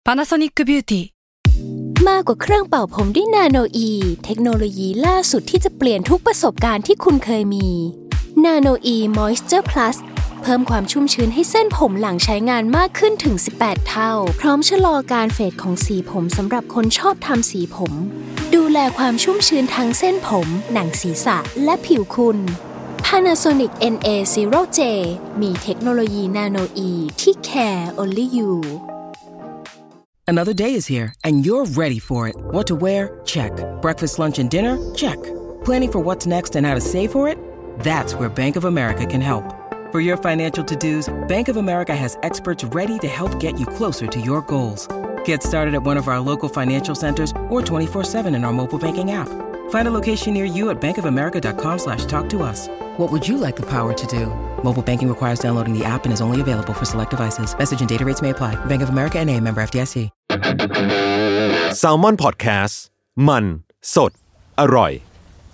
Panasonic Beauty มากกว่าเครื่องเป่าผมด้วยนาโนอีเทคโนโลยีล่าสุดที่จะเปลี่ยนทุกประสบการณ์ที่คุณเคยมีนาโนอีมอยส์เจอร์พลัสเพิ่มความชุ่มชื้นให้เส้นผมหลังใช้งานมากขึ้นถึง18เท่าพร้อมชะลอการเฟดของสีผมสำหรับคนชอบทำสีผมดูแลความชุ่มชื้นทั้งเส้นผมหนังศีรษะและผิวคุณ Panasonic NA0J มีเทคโนโลยีนาโนอีที่ care only you Another day is here, and you're ready for it. What to wear? Check. Breakfast, lunch, and dinner? Check. Planning for what's next and how to save for it? That's where Bank of America can help. For your financial to-dos, Bank of America has experts ready to help get you closer to your goals. Get started at one of our local financial centers or 24/7 in our mobile banking app. Find a location near you at bankofamerica.com/talktous. What would you like the power to do? Mobile banking requires downloading the app and is only available for select devices. Message and data rates may apply. Bank of America NA, member FDIC. Salmon Podcast มันสดอร่อย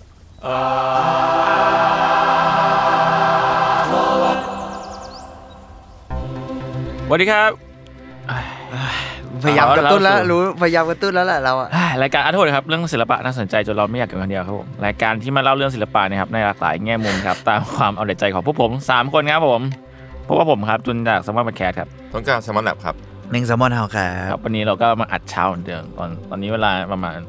สวัสดีครับพยายามกระตุ้นแล้วรู้พยายามกระตุ้นแล้วแหละเราอะรายการอาร์ตโทษครับเรื่องศิลปะน่าสนใจจนเราไม่อยากเก็บคนเดียวครับผมรายการที่มาเล่าเรื่องศิลปะนะครับในหลากหลายแง่มุมครับตามความเอาใจของพวกผม3คนครับผมเพราะว่าผมครับจุนจากสมอนพอดแคสต์ครับต้องการสมอนแลบครับเน่งแซลมอนเฮาครับวันนี้เราก็มาอัดเช้าเหมือนเดิมตอนนี้เวลาประมาณ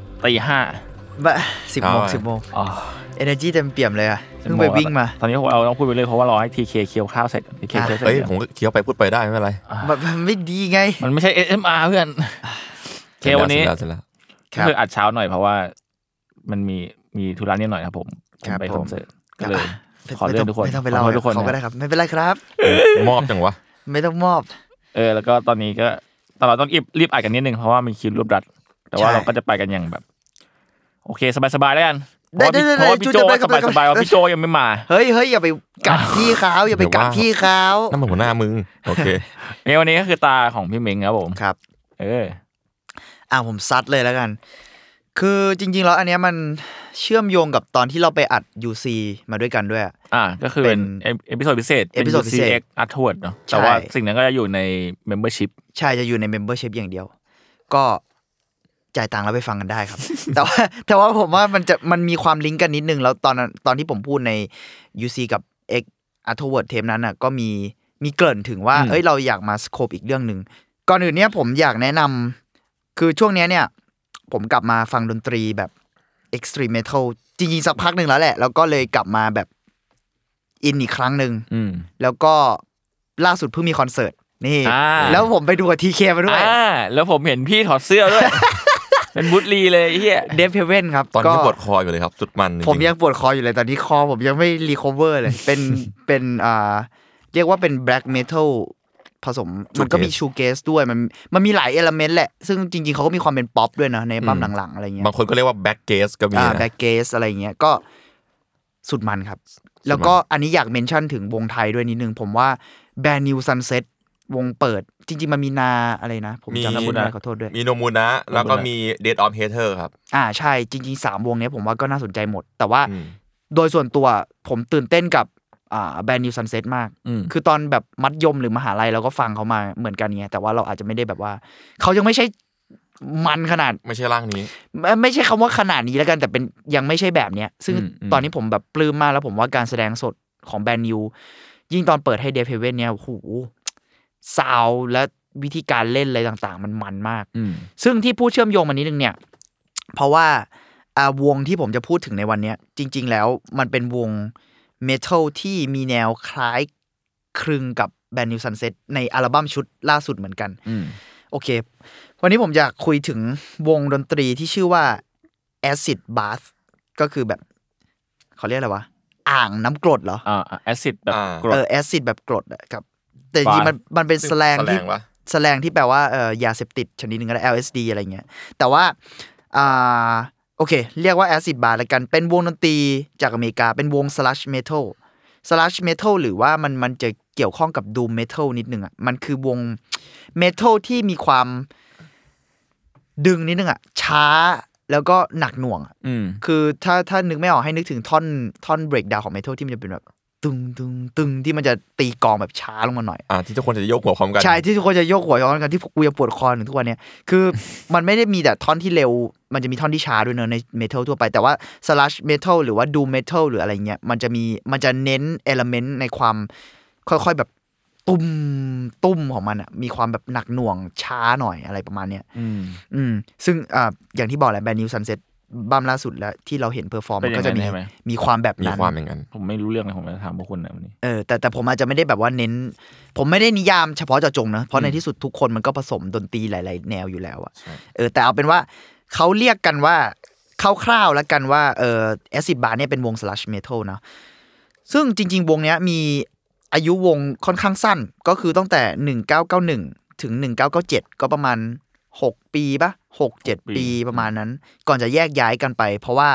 5:00 บ่10 โมงอ๋อ energy เต็มเปี่ยมเลยอ่ะเพิ่งไปวิ่งมาตอนนี้เราต้องพูดไปเลยเพราะว่ารอให้ TK เคี้ยวข้าวเสร็จ TK เคี้ยวเสร็จผมก็เคี้ยวไปพูดไปได้ไม่เป็นไรมันไม่ดีไงมันไม่ใช่ ASMR เพื่อนเควันนี้คืออัดเช้าหน่อยเพราะว่ามันมีธุระนิดหน่อยครับผมไปคอนเสิร์ตก็เลยขอเลื่อนทุกคนไม่ต้องไปเล่าทุกคนก็ได้ครับไม่เป็นไรครับมอบจังวะไม่ต้องมอบแล้วก็ตอนนี้ก็ตลอดต้องรีบอัดกันนิดนึงเพราะว่ามีคิวรวบรัดแต่ว่าเราก็จะไปกันอย่างแบบโอเคสบายๆแล้วกันเพราะพี่โจสบายๆว่าพี่โจยังไม่มาเฮ้ยอย่าไปกัดพี่เขาอย่าไปกัดพี่เขานั่นมันหัวหน้ามึงโอเควันนี้ก็คือตาของพี่เม้งครับผมครับผมซัดเลยแล้วกันคือจริงๆแล้วอันเนี้ยมันเชื่อมโยงกับตอนที่เราไปอัด UC มาด้วยกันด้วยก็คือเป็นเอพิโซดพิเศษเป็น UCX Artwork เนาะแต่ว่าสิ่งนั้นก็จะอยู่ใน Membership ใช่จะอยู่ใน Membership อย่างเดียวก็จ่ายตังค์แล้วไปฟังกันได้ครับ แต่ว่าผมว่ามันมีความลิงก์กันนิดนึงแล้วตอนที่ผมพูดใน UC กับ X Artwork เทปนั้นน่ะก็มีเกริ่นถึงว่าเราอยากมาสโคปอีกเรื่องนึงก่อนอื่นเนี่ยผมอยากแนะนำคือช่วงนี้เนี่ยผมกลับมาฟังดนตรีแบบ Extreme Metal จริงๆสักพักนึงแล้วแหละแล้วก็เลยกลับมาแบบอินอีกครั้งนึงแล้วก็ล่าสุดเพิ่งมีคอนเสิร์ตนี่แล้วผมไปดูกับ TK มาด้วยแล้วผมเห็นพี่ถอดเสื้อด้วย เป็นบูทลีเลยเหี้ย Death Heaven ครับตอนนี้ปวดคออยู่เลยครับสุดมันผมยังปวดคออยู่เลยตอนนี้คอผมยังไม่รีคอเวอร์เลยเป็นเรียกว่าเป็น Black Metalผสมมันก็มีชูเกสด้วยมันมีหลายเอลิเมนต์แหละซึ่งจริงๆเขาก็มีความเป็นป๊อปด้วยนะในบั้มหลังๆอะไรเงี้ยบางคนก็เรียกว่าแบ็คเกสก็มีแบ็คเกสอะไรเงี้ยก็สุดมันครับแล้วก็อันนี้อยากเมนชั่นถึงวงไทยด้วยนิดนึงผมว่าแบรนด์ New Sunset วงเปิดจริงๆมันมีนาอะไรนะผมจำไม่ได้ขอโทษด้วยมีโนมูนะแล้วก็มี Dead of Hater ครับใช่จริงๆ3วงเนี้ยผมว่าก็น่าสนใจหมดแต่ว่าโดยส่วนตัวผมตื่นเต้นกับแบรนด์ New Sunset มากคือตอนแบบมัธยมหรือมหาลัยเราก็ฟังเขามาเหมือนกันไงแต่ว่าเราอาจจะไม่ได้แบบว่าเขายังไม่ใช่มันขนาดไม่ใช่ร่างนี้ไม่ใช่คำว่าขนาดนี้แล้วกันแต่เป็นยังไม่ใช่แบบเนี้ยซึ่งตอนนี้ผมแบบปลื้มมากแล้วผมว่าการแสดงสดของแบรนด์ New ยิ่งตอนเปิดให้ Death Heaven เนี่ยโอ้โหซาวด์และวิธีการเล่นอะไรต่างๆมันมากซึ่งที่พูดเชื่อมโยงมานิดนึงเนี่ยเพราะว่าวงที่ผมจะพูดถึงในวันนี้จริงๆแล้วมันเป็นวงเมทัลที่มีแนวคล้ายคลึงกับแบรนด์ New Sunset ในอัลบั้มชุดล่าสุดเหมือนกันโอเควันนี้ผมอยากคุยถึงวงดนตรีที่ชื่อว่า Acid Bath ก็คือแบบเขาเรียกอะไรวะอ่างน้ำกรดเหรอ Acid แบบกรด Acid แบบกรดครับแต่จริงๆมันเป็นแสลงที่แปลว่ายาเสพติดชนิดนึงก็ได้ LSD อะไรเงี้ยแต่ว่าโอเคเรียกว่า Acid Bath ละกันเป็นวงดนตรีจากอเมริกาเป็นวง Thrash Metal หรือว่ามันจะเกี่ยวข้องกับ Doom Metal นิดนึงอ่ะมันคือวง Metal ที่มีความดึงนิดนึงอ่ะช้าแล้วก็หนักหน่วงคือถ้านึกไม่ออกให้นึกถึงท่อน breakdown ของ Metal ที่มันจะเป็นแบบตึงตึงตึงที่มันจะตีกลองแบบช้าลงมาหน่อยที่ทุกคนจะโยกหัวพร้อมกันใช่ที่ทุกคนจะโยกหัวพร้อมกันที่กูจะปวดคอถึงทุกวันเนี้ยคือมันไม่ได้มีแต่ท่อนที่เร็วมันจะมีท่อนที่ช้าด้วยเนอะในเมทัลทั่วไปแต่ว่า slash metal หรือว่า doom metal หรืออะไรเงี้ยมันจะเน้น element ในความค่อยๆแบบตุ้มของมันอ่ะมีความแบบหนักหน่วงช้าหน่อยอะไรประมาณเนี้ยซึ่งอย่างที่บอกแหละ Bad News Sunset บัมล่าสุดแล้วที่เราเห็นเพอร์ฟอร์มมันก็จะมีความแบบนั้นมีความอย่างนั้นผมไม่รู้เรื่องเลยผมจะถามพวกคุณนะวันนี้แต่ผมอาจจะไม่ได้แบบว่าเน้นผมไม่ได้นิยามเฉพาะเจาะจงนะเพราะในที่สุดทุกคนมันก็ผสมดนตรีหลายๆแนวอยู่แล้วอ่ะแต่เอาเป็นว่าเขาเรียกกันว่าคร่าวๆแล้วกันว่าAcid Bath เนี่ยเป็นวง Thrash Metal เนาะซึ่งจริงๆวงเนี้ยมีอายุวงค่อนข้างสั้นก็คือตั้งแต่1991ถึง1997ก็ประมาณ6ปีป่ะ 6-7 ปีประมาณนั้นก่อนจะแยกย้ายกันไปเพราะว่า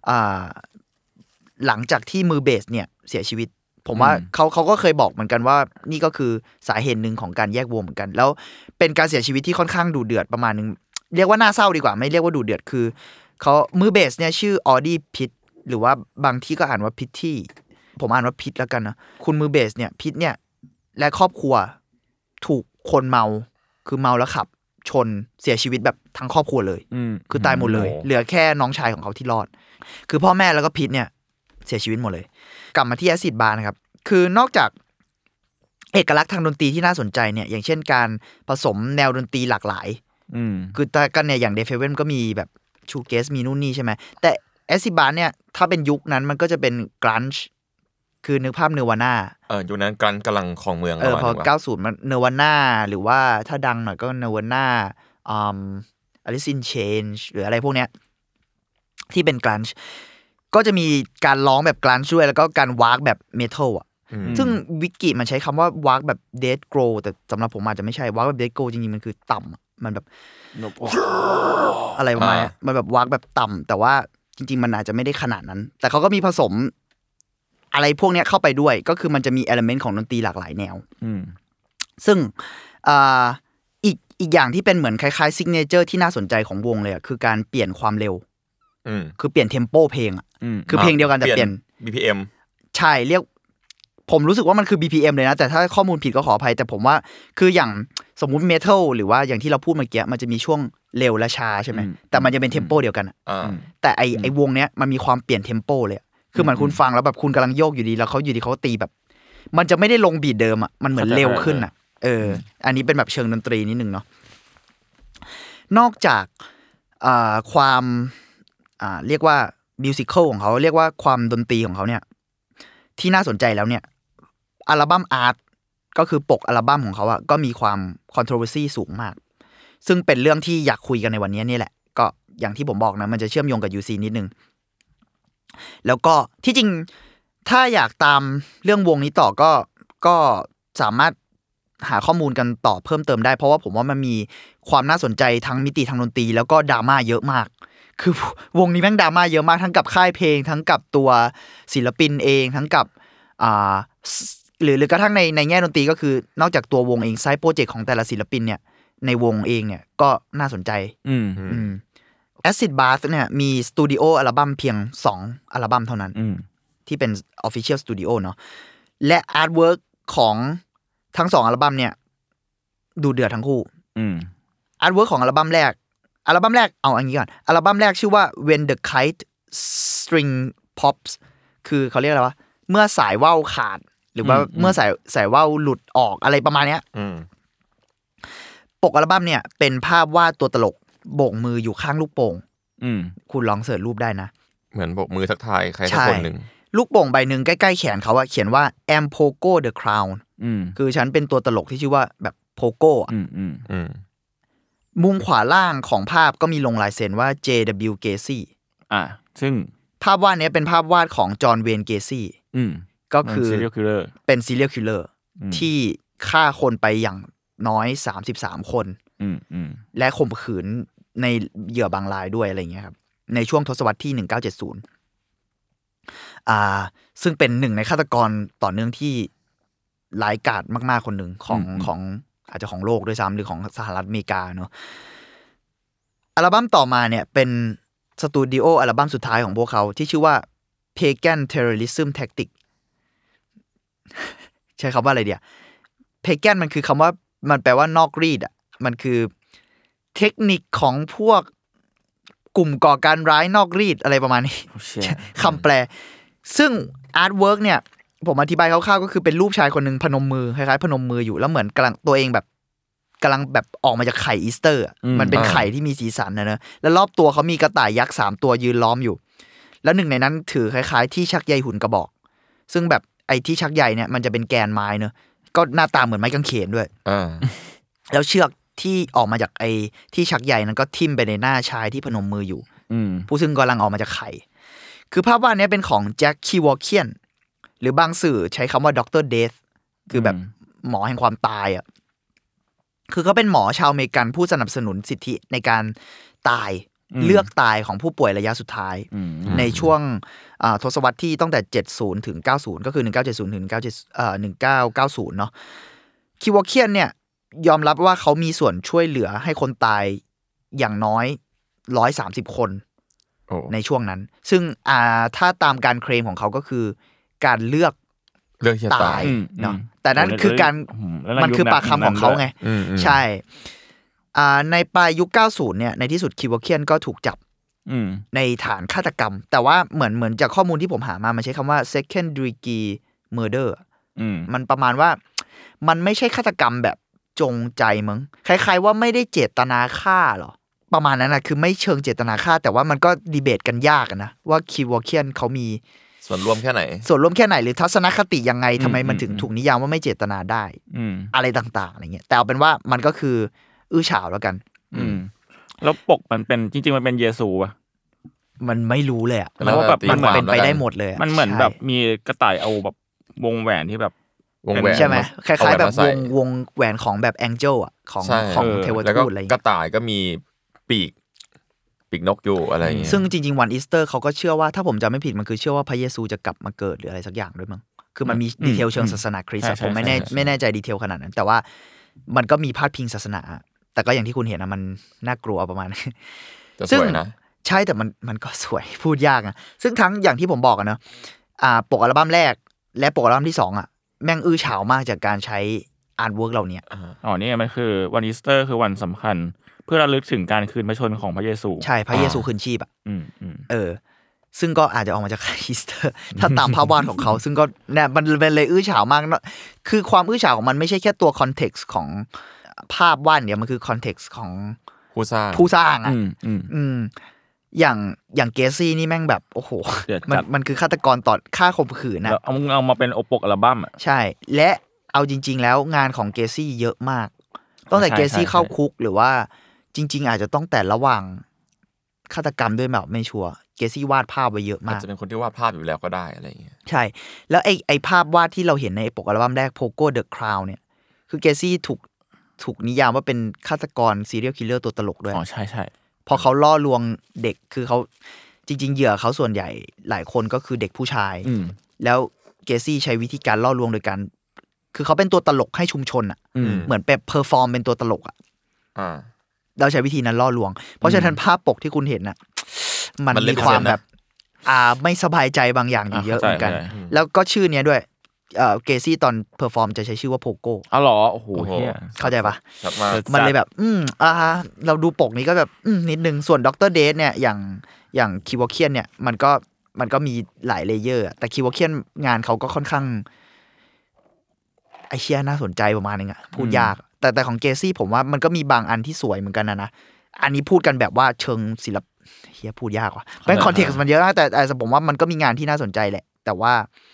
หลังจากที่มือเบสเนี่ยเสียชีวิตผมว่าเขาก็เคยบอกเหมือนกันว่านี่ก็คือสาเหตุหนึ่งของการแยกวงเหมือนกันแล้วเป็นการเสียชีวิตที่ค่อนข้างดุเดือดประมาณนึงเรียกว่าน่าเศร้าดีกว่าไม่เรียกว่าดุเดือดคือเขามือเบสเนี่ยชื่อออดี้พิทหรือว่าบางที่ก็อ่านว่าพิทที่ผมอ่านว่าพิทแล้วกันนะคุณมือเบสเนี่ยพิทเนี่ยและครอบครัวถูกคนเมาคือเมาแล้วขับชนเสียชีวิตแบบทั้งครอบครัวเลยคือตายหมดเลยเหลือแค่น้องชายของเขาที่รอดคือพ่อแม่แล้วก็พิทเนี่ยเสียชีวิตหมดเลยกลับมาที่ Acid Bath นะครับคือนอกจากเอกลักษณ์ทางดนตรีที่น่าสนใจเนี่ยอย่างเช่นการผสมแนวดนตรีหลากหลายคือแต่กันเนี่ยอย่าง Death Heaven ก็มีแบบชูเกสมีนู่นนี่ใช่ไหมแต่ Acid Bath เนี่ยถ้าเป็นยุคนั้นมันก็จะเป็น grunge คือนึกภาพ Nirvana ยุคนั้นgrungeกำลังครองเมืองพอ90มัน Nirvana หรือว่าถ้าดังหน่อยก็ Nirvana Alice in Chains หรืออะไรพวกเนี้ยที่เป็น grunge ก็จะมีการร้องแบบ grunge ด้วยแล้วก็การวากแบบ metal อ่ะซึ่งวิกิมันใช้คำว่าวากแบบ death growl แต่สำหรับผมอาจจะไม่ใช่วากแบบ death growl จริงๆมันคือต่ำมันแบบอะไรประมาณนี้มันแบบวากแบบต่ำแต่ว่าจริงๆมันอาจจะไม่ได้ขนาดนั้นแต่เขาก็มีผสมอะไรพวกนี้เข้าไปด้วยก็คือมันจะมี element ของดนตรีหลากหลายแนวซึ่งอีกอย่างที่เป็นเหมือนคล้ายๆ signature ที่น่าสนใจของวงเลยอ่ะคือการเปลี่ยนความเร็วคือเปลี่ยนเทมโปเพลงอ่ะคือเพลงเดียวกันแต่เปลี่ยน BPM ใช่เรียกผมรู้สึกว่ามันคือ BPM เลยนะแต่ถ้าข้อมูลผิดก็ขออภัยแต่ผมว่าคืออย่างสมมุติเมทัลหรือว่าอย่างที่เราพูดเมื่อกี้มันจะมีช่วงเร็วและช้าใช่ไหมแต่มันจะเป็นเทมโปเดียวกันแต่ไอวงเนี้ยมันมีความเปลี่ยนเทมโปเลยคือเหมือนคุณฟังแล้วแบบคุณกำลังโยกอยู่ดีแล้วเขาอยู่ดีเขาตีแบบมันจะไม่ได้ลงบีทเดิมอ่ะมันเหมือนเร็วขึ้นอ่ะอันนี้เป็นแบบเชิงดนตรีนิดนึงเนาะนอกจากความเรียกว่ามิวสิคอลของเขาเรียกว่าความดนตรีของเขาเนี่ยที่น่าสนใจแล้วเนี่ยอัลบั้มอาร์ตก็คือปกอัลบั้มของเขาอะก็มีความ controversy สูงมากซึ่งเป็นเรื่องที่อยากคุยกันในวันนี้นี่แหละก็อย่างที่ผมบอกนะมันจะเชื่อมโยงกับ UC นิดนึงแล้วก็ที่จริงถ้าอยากตามเรื่องวงนี้ต่อก็สามารถหาข้อมูลกันต่อเพิ่มเติมได้เพราะว่าผมว่ามันมีความน่าสนใจทั้งมิติทางดนตรีแล้วก็ดราม่าเยอะมากคือวงนี้แม่งดราม่าเยอะมากทั้งกับค่ายเพลงทั้งกับตัวศิลปินเองทั้งกับหรือกระทั่งในแง่ดนตรีก็คือนอกจากตัววงเองไซด์โปรเจกต์ของแต่ละศิลปินเนี่ยในวงเองเนี่ยก็น่าสนใจAcid Bath เนี่ยมีสตูดิโออัลบั้มเพียง2อัลบั้มเท่านั้นที่เป็น Official Studio เนาะและอาร์ตเวิร์กของทั้ง2อัลบั้มเนี่ยดูเดือดทั้งคู่อาร์ตเวิร์กของอัลบั้มแรกเอาอันนี้ก่อนอัลบั้มแรกชื่อว่า When the Kite String Pops คือเขาเรียกอะไรวะเมื่อสายว่าวขาดหรือว่าเมื่อสายว่าวหลุดออกอะไรประมาณเนี้ยปกอัลบั้มเนี่ยเป็นภาพวาดตัวตลกโบกมืออยู่ข้างลูกโป่งคุณลองเสิร์ชรูปได้นะเหมือนโบกมือทักทายใครสักคนหนึ่งลูกโป่งใบหนึ่งใกล้ๆแขนเขาอะเขียนว่า Am Pogo the Clown คือฉันเป็นตัวตลกที่ชื่อว่าแบบโพโก้มุมขวาล่างของภาพก็มีลงลายเซ็นว่า J.W. Gacy ซึ่งภาพวาดนี้เป็นภาพวาดของจอห์นเวนเกซี่ก็คือเป็น serial killer ที่ฆ่าคนไปอย่างน้อย33คนและข่มขืนในเหยื่อบางรายด้วยอะไรเงี้ยครับในช่วงทศวรรษที่1970ซึ่งเป็นหนึ่งในฆาตกรต่อเนื่องที่ร้ายกาจมากๆคนหนึ่งของอาจจะของโลกด้วยซ้ำหรือของสหรัฐอเมริกาเนาะอัลบั้มต่อมาเนี่ยเป็นสตูดิโออัลบั้มสุดท้ายของพวกเขาที่ชื่อว่า Pagan Terrorism Tactic ใช้คำว่าอะไรเดียวเพแกนมันคือคำว่ามันแปลว่านอกรีดอ่ะมันคือเทคนิคของพวกกลุ่มก่อการร้ายนอกรีดอะไรประมาณนี้คำแปลซึ่งอาร์ตเวิร์กเนี่ยผมอธิบายคร่าวๆก็คือเป็นรูปชายคนหนึ่งพนมมือคล้ายๆพนมมืออยู่แล้วเหมือนกำลังตัวเองแบบกำลังแบบออกมาจากไข่อีสเตอร์มันเป็นไข่ที่มีสีสันนะเนอะแล้วรอบตัวเขามีกระต่ายยักษ์3ตัวยืนล้อมอยู่แล้วหนึ่งในนั้นถือคล้ายๆที่ชักใยหุ่นกระบอกซึ่งแบบไอ้ที่ชักใยเนี่ยมันจะเป็นแกนไม้เนอะก็หน้าตาเหมือนไม้กางเขนด้วยแล้วเชือกที่ออกมาจากไอ้ที่ชักใยนั้นก็ทิ่มไปในหน้าชายที่พนมมืออยู่ผู้ซึ่งกำลังออกมาจากไข่คือภาพวาดนี้เป็นของแจ็คคีวอเคียนหรือบางสื่อใช้คำว่าด็อกเตอร์เดธคือแบบหมอแห่งความตายอ่ะคือเขาเป็นหมอชาวอเมริกันผู้สนับสนุนสิทธิในการตายเลือกตายของผู้ป่วยระยะสุดท้ายในช่วงทศวรรษที่ตั้งแต่70ถึง90ก็คือ1970ถึง1990เนาะคีวอเคียนเนี่ยยอมรับว่าเขามีส่วนช่วยเหลือให้คนตายอย่างน้อย130คนในช่วงนั้นซึ่งถ้าตามการเคลมของเขาก็คือการเลือกที่ตายเนาะแต่นั้นคือการมันคือปากคำของเขาไงใช่ในปลายยุค90เนี่ยในที่สุดคีวอเคียนก็ถูกจับในฐานฆาตกรรมแต่ว่าเหมือนจากข้อมูลที่ผมหามามันใช้คำว่า second degree murder มันประมาณว่ามันไม่ใช่ฆาตกรรมแบบจงใจมั้งคล้ายๆว่าไม่ได้เจตนาฆ่าหรอประมาณนั้นนะคือไม่เชิงเจตนาฆ่าแต่ว่ามันก็ดีเบตกันยากนะว่าคีวอเคียนเขามีส่วนร่วมแค่ไหนหรือทัศนคติยังไงทำไมมันถึงถูกนิยามว่าไม่เจตนาได้อะไรต่างๆอะไรเงี้ยแต่เอาเป็นว่ามันก็คืออื้อฉาวแล้วกันแล้วปกมันเป็นจริงๆมันเป็นเยซูป่ะมันไม่รู้เลยอ่ะแล้วแบบมันเป็นไปได้หมดเลยมันเหมือนแบบมีกระต่ายเอาแบบวงแหวนที่แบบวงแหวนใช่ไหมคล้ายๆแบบวงแหวนของแบบแองเจิลอ่ะของเทวทูตอะไรกระต่ายก็มีปีกนกอยู่อะไรอย่างเงี้ยซึ่งจริงๆวันอีสเตอร์เขาก็เชื่อว่าถ้าผมจำไม่ผิดมันคือเชื่อว่าพระเยซูจะกลับมาเกิดหรืออะไรสักอย่างด้วยมั้งคือมันมีดีเทลเชิงศาสนาคริสต์ผมไม่แน่ใจดีเทลขนาดนั้นแต่ว่ามันก็มีพาดพิงศาสนาแต่ก็อย่างที่คุณเห็นนะมันน่ากลัวประมาณซึ่งใช่แต่มันก็สวยพูดยากนะซึ่งทั้งอย่างที่ผมบอกอะเนอะปกอัลบั้มแรกและปกอัลบั้มที่2อ่ะแม่งอื้อฉาวมากจากการใช้อาร์ตเวิร์กเหล่านี้นี่มันคือวันอีสเตอร์คือวันสำคัญเพื่อระลึกถึงการคืนพระชนของพระเยซูใช่พระเยซูคืนชีพอ่ะซึ่งก็อาจจะออกมาจากอีสเตอร์ถ้าตามภาพวาดของเขาซึ่งก็เนี่ยมันเป็นเลยอื้อฉาวมากคือความอื้อฉาวของมันไม่ใช่แค่ตัวคอนเท็กซ์ของภาพวาดเนี่ยมันคือคอนเท็กซ์ของผู้สร้างอ่ะอย่างเกซี่นี่แม่งแบบโอ้โหมันคือฆาตกรต่อฆ่าข่มขืนนะเอามาเป็นปกอัลบั้มใช่และเอาจริงๆแล้วงานของเกซี่เยอะมากตั้งแต่เกซี่เข้าคุกหรือว่าจริงๆอาจจะต้องแต่ระหว่างฆาตกรรมด้วยแบบไม่ชัวร์เกซี่วาดภาพไว้เยอะมากอาจจะเป็นคนที่วาดภาพอยู่แล้วก็ได้อะไรอย่างเงี้ยใช่แล้วไอ้ภาพวาดที่เราเห็นในปกอัลบั้มแรก Pogo the Clown เนี่ยคือเกซี่ถูกนิยามว่าเป็นฆาตกรซีเรียลคิลเลอร์ตัวตลกด้วยใช่พอเขาล่อลวงเด็กคือเขาจริงๆเหยื่อเขาส่วนใหญ่หลายคนก็คือเด็กผู้ชายแล้วเกซี่ใช้วิธีการล่อลวงโดยการคือเขาเป็นตัวตลกให้ชุมชนอ่ะเหมือนแบบเพอร์ฟอร์มเป็นตัวตลกอ่ะเราใช้วิธีนั้นล่อลวงเพราะฉะนั้นภาพปกที่คุณเห็นน่ะมันมีความแบบไม่สบายใจบางอย่างอยู่เยอะเหมือนกันแล้วก็ชื่อเนี้ยด้วยเกซี่ตอนเพอร์ฟอร์มจะใช้ชื่อว่าโพโก้อ๋อเหรอโอ้โหเข้าใจปะมันเลยแบบเราดูปกนี้ก็แบบนิดนึงส่วนด็อกเตอร์เดทเนี่ยอย่างคีวอเคียนเนี่ยมันก็มีหลายเลเยอร์แต่คีวอเคียนงานเขาก็ค่อนข้างไอเชียน่าสนใจประมาณนึงอ่ะพูดยากแต่ของเกซี่ผมว่ามันก็มีบางอันที่สวยเหมือนกันนะอันนี้พูดกันแบบว่าเชิงศิลปะเฮียพูดยากว่ะเป็นคอนเท็กซ์มันเยอะนะแต่ผมว่ามันก็มีงานที่น่าสนใจแหละแต่ว่า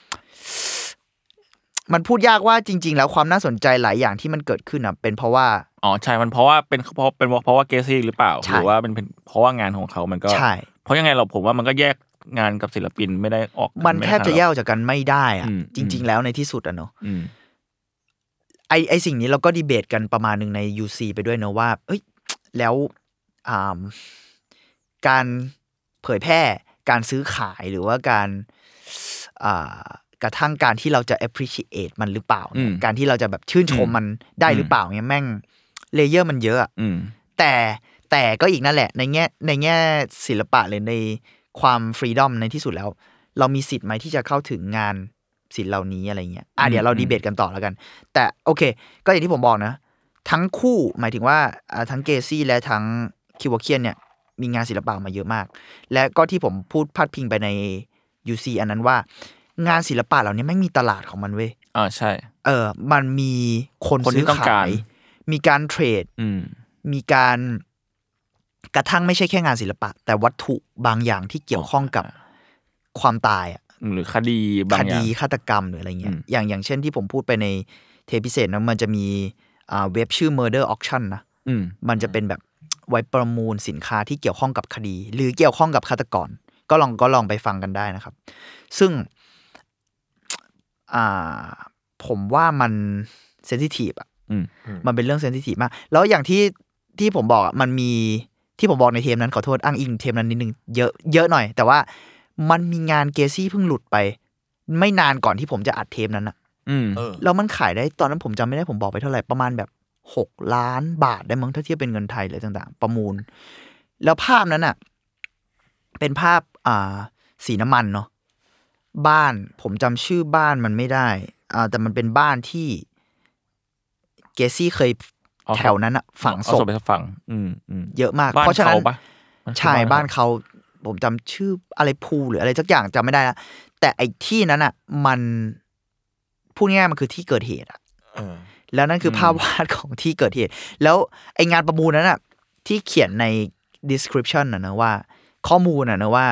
มันพูดยากว่าจริงๆแล้วความน่าสนใจหลายอย่างที่มันเกิดขึ้นอ่ะเป็นเพราะว่าใช่มันเพราะว่าเป็นเพราะว่าเกซี่หรือเปล่าหรือว่าเป็นเพราะว่างานของเขามันก็ใช่เพราะยังไงผมว่ามันก็แยกงานกับศิลปินไม่ได้ออกมันแทบจะแยกจากกันไม่ได้อ่ะจริงๆแล้วในที่สุดอ่ะเนาะไอสิ่งนี้เราก็ดีเบตกันประมาณนึงใน UC ไปด้วยเนอะว่าเอ้ยแล้วการเผยแพร่การซื้อขายหรือว่าการกระทั่งการที่เราจะ appreciate มันหรือเปล่าการที่เราจะแบบชื่นชมมันได้หรือเปล่าเนี่ยแม่งเลเยอร์มันเยอะแต่ก็อีกนั่นแหละในแง่ศิลปะเลยในความฟรีดอมในที่สุดแล้วเรามีสิทธิ์ไหมที่จะเข้าถึงงานสินเหล่านี้อะไรเงี้ยเดี๋ยวเราดีเบตกันต่อแล้วกันแต่โอเคก็อย่างที่ผมบอกนะทั้งคู่หมายถึงว่าทั้งเกซี่และทั้งคิวเคียนเนี่ยมีงานศิลปะมาเยอะมากและก็ที่ผมพูดพาดพิงไปใน UC อันนั้นว่างานศิลปะเหล่านี้ไม่มีตลาดของมันเว้ยใช่มันมีคนซื้อขายมีการเทรดมีการกระทั่งไม่ใช่แค่งานศิลปะแต่วัตถุบางอย่างที่เกี่ยวข้องกับความตายหรือคดีบางอย่างคดีฆาตกรรมหรืออะไรเงี้ยอย่างเช่นที่ผมพูดไปในเทปพิเศษนะมันจะมีเว็บชื่อ Murder Auction นะมันจะเป็นแบบไว้ประมูลสินค้าที่เกี่ยวข้องกับคดีหรือเกี่ยวข้องกับฆาตกรก็ลองไปฟังกันได้นะครับซึ่งผมว่ามันเซนซิทีฟมันเป็นเรื่องเซนซิทีฟมากแล้วอย่างที่ผมบอกมันมีที่ผมบอกในเทปนั้นขอโทษอ้างอิงเทปนั้นนิดนึงเยอะหน่อยแต่ว่ามันมีงานเกซี่เพิ่งหลุดไปไม่นานก่อนที่ผมจะอัดเทปนั้นแล้วมันขายได้ตอนนั้นผมจำไม่ได้ผมบอกไปเท่าไหร่ประมาณแบบ6 ล้านบาทได้มั้งถ้าเทียบเป็นเงินไทยเลยต่างๆประมูลแล้วภาพนั้นเป็นภาพสีน้ำมันเนาะบ้านผมจำชื่อบ้านมันไม่ได้แต่มันเป็นบ้านที่เกซี่เคยแถวนั้นฝังศพฝังเยอะมากเพราะฉะนั้นใช่บ้านเขาผมจำชื่ออะไรภูหรืออะไรสักอย่างจำไม่ได้แล้วแต่ไอ้ที่นั้นมันพูดง่ายๆมันคือที่เกิดเหตุแล้วนั่นคือภาพวาดของที่เกิดเหตุแล้วไองานประมูลนั้นที่เขียนใน description นะว่าข้อมูลนะว่า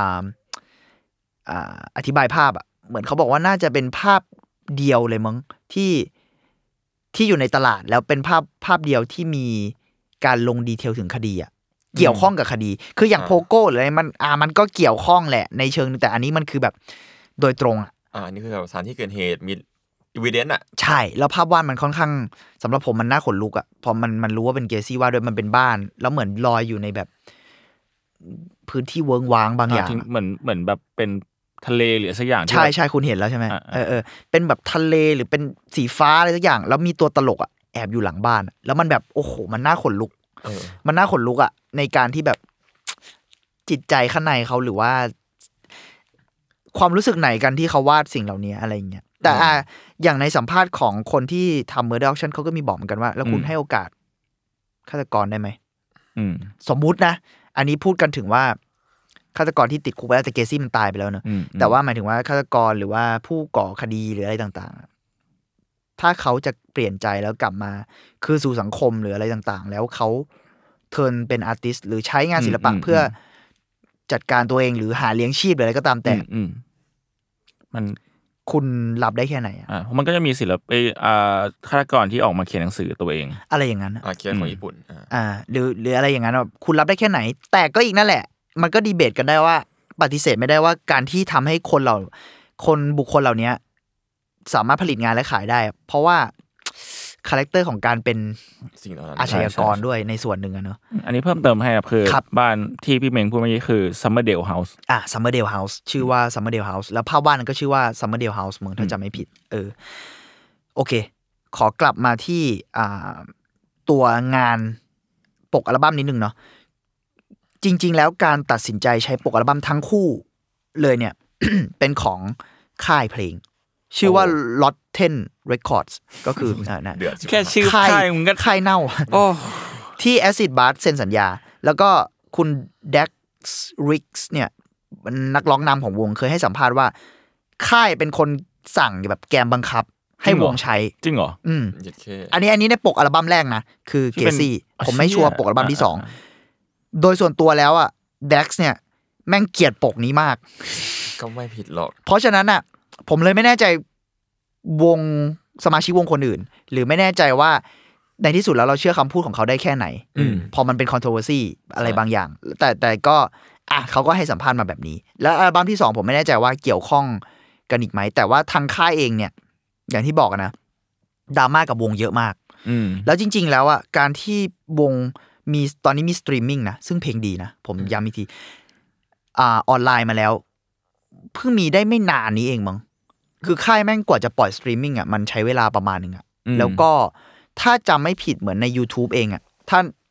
อธิบายภาพเหมือนเขาบอกว่าน่าจะเป็นภาพเดียวเลยมั้งที่อยู่ในตลาดแล้วเป็นภาพเดียวที่มีการลงดีเทลถึงคดีเกี่ยวข้องกับคดีคืออย่างโพโก้หรืออะไรมันก็เกี่ยวข้องแหละในเชิงแต่อันนี้มันคือแบบโดยตรงอันนี้คือแบบสถานที่เกิดเหตุมีevidence ใช่แล้วภาพวาดมันค่อนข้างสำหรับผมมันน่าขนลุกพอมันรู้ว่าเป็นเกซี่วาดด้วยมันเป็นบ้านแล้วเหมือนลอยอยู่ในแบบพื้นที่เวิ้งว้างบางอย่างเหมือนแบบเป็นทะเลหรือสักอย่างใช่คุณเห็นแล้วใช่ไหมเป็นแบบทะเลหรือเป็นสีฟ้าอะไรสักอย่างแล้วมีตัวตลกแอบอยู่หลังบ้านแล้วมันแบบโอ้โหมันน่าขนลุกมันน่าขนลุกในการที่แบบจิตใจข้างในเขาหรือว่าความรู้สึกไหนกันที่เขาวาดสิ่งเหล่านี้อะไรเงี้ยแต่อย่างในสัมภาษณ์ของคนที่ทำ Murder Auction เขาก็มีบอกเหมือนกันว่าแล้วคุณให้โอกาสฆาตกรได้ไหมสมมุตินะอันนี้พูดกันถึงว่าฆาตกรที่ติดคุกไปแล้วแต่เกซี่มันตายไปแล้วเนอะแต่ว่าหมายถึงว่าฆาตกรหรือว่าผู้ก่อคดีหรืออะไรต่างๆถ้าเขาจะเปลี่ยนใจแล้วกลับมาคือสู่สังคมหรืออะไรต่างๆแล้วเขาเทิร์นเป็นอาร์ติสต์หรือใช้งานศิลปะเพื่อจัดการตัวเองหรือหาเลี้ยงชีพหรืออะไรก็ตามแต่มันคุณรับได้แค่ไหนมันก็จะมีศิลปินฆาตกรที่ออกมาเขียนหนังสือตัวเองอะไรอย่างนั้นเขียนของญี่ปุ่นหรืออะไรอย่างนั้นคุณรับได้แค่ไหนแต่ก็อีกนั่นแหละมันก็ดีเบตกันได้ว่าปฏิเสธไม่ได้ว่าการที่ทำให้บุคคลเหล่านี้สามารถผลิตงานและขายได้เพราะว่าคาแรคเตอร์ของการเป็นอาชญากรด้วยในส่วนหนึ่งเนอะอันนี้เพิ่มเติมให้ครับคือบ้านที่พี่เม้งพูดเมื่อกี้คือ Summerdale House Summerdale House ชื่อว่า Summerdale House แล้วภาพวาดนั้นก็ชื่อว่า Summerdale House มึงถ้าจำไม่ผิดโอเคขอกลับมาที่ตัวงานปกอัลบั้มนิดนึงเนาะจริงๆแล้วการตัดสินใจใช้ปกอัลบั้มทั้งคู่เลยเนี่ย เป็นของค่ายเพลงชื่อว่า Rotten Records ก็คือแค่ชื่อค่ายมึงก็ค่ายเน่าที่ Acid Bath เซ็นสัญญาแล้วก็คุณ Dax Riggs เนี่ยนักร้องนำของวงเคยให้สัมภาษณ์ว่าค่ายเป็นคนสั่งแบบแกมบังคับให้วงใช้จริงเหรออันนี้ในปกอัลบั้มแรกนะคือเกซี่ผมไม่ชัวร์ปกอัลบั้มที่2โดยส่วนตัวแล้วDax เนี่ยแม่งเกลียดปกนี้มากก็ไม่ผิดหรอกเพราะฉะนั้นผมเลยไม่แน่ใจวงสมาชิกวงคนอื่นหรือไม่แน่ใจว่าในที่สุดแล้วเราเชื่อคำพูดของเขาได้แค่ไหนพอมันเป็น controversy อะไรบางอย่างแต่ก็เขาก็ให้สัมภาษณ์มาแบบนี้แล้วอัลบั้มที่2ผมไม่แน่ใจว่าเกี่ยวข้องกันอีกไหมแต่ว่าทางค่ายเองเนี่ยอย่างที่บอกนะดราม่ากับวงเยอะมากแล้วจริงๆแล้วการที่วงมีตอนนี้มีสตรีมมิ่งนะซึ่งเพลงดีนะผมย้ำอีกทีออนไลน์มาแล้วเพิ่งมีได้ไม่นานนี้เองมั้งคือค่ายแม่งกว่าจะปล่อยสตรีมมิ่งมันใช้เวลาประมาณนึงแล้วก็ถ้าจำไม่ผิดเหมือนใน YouTube เองถ้า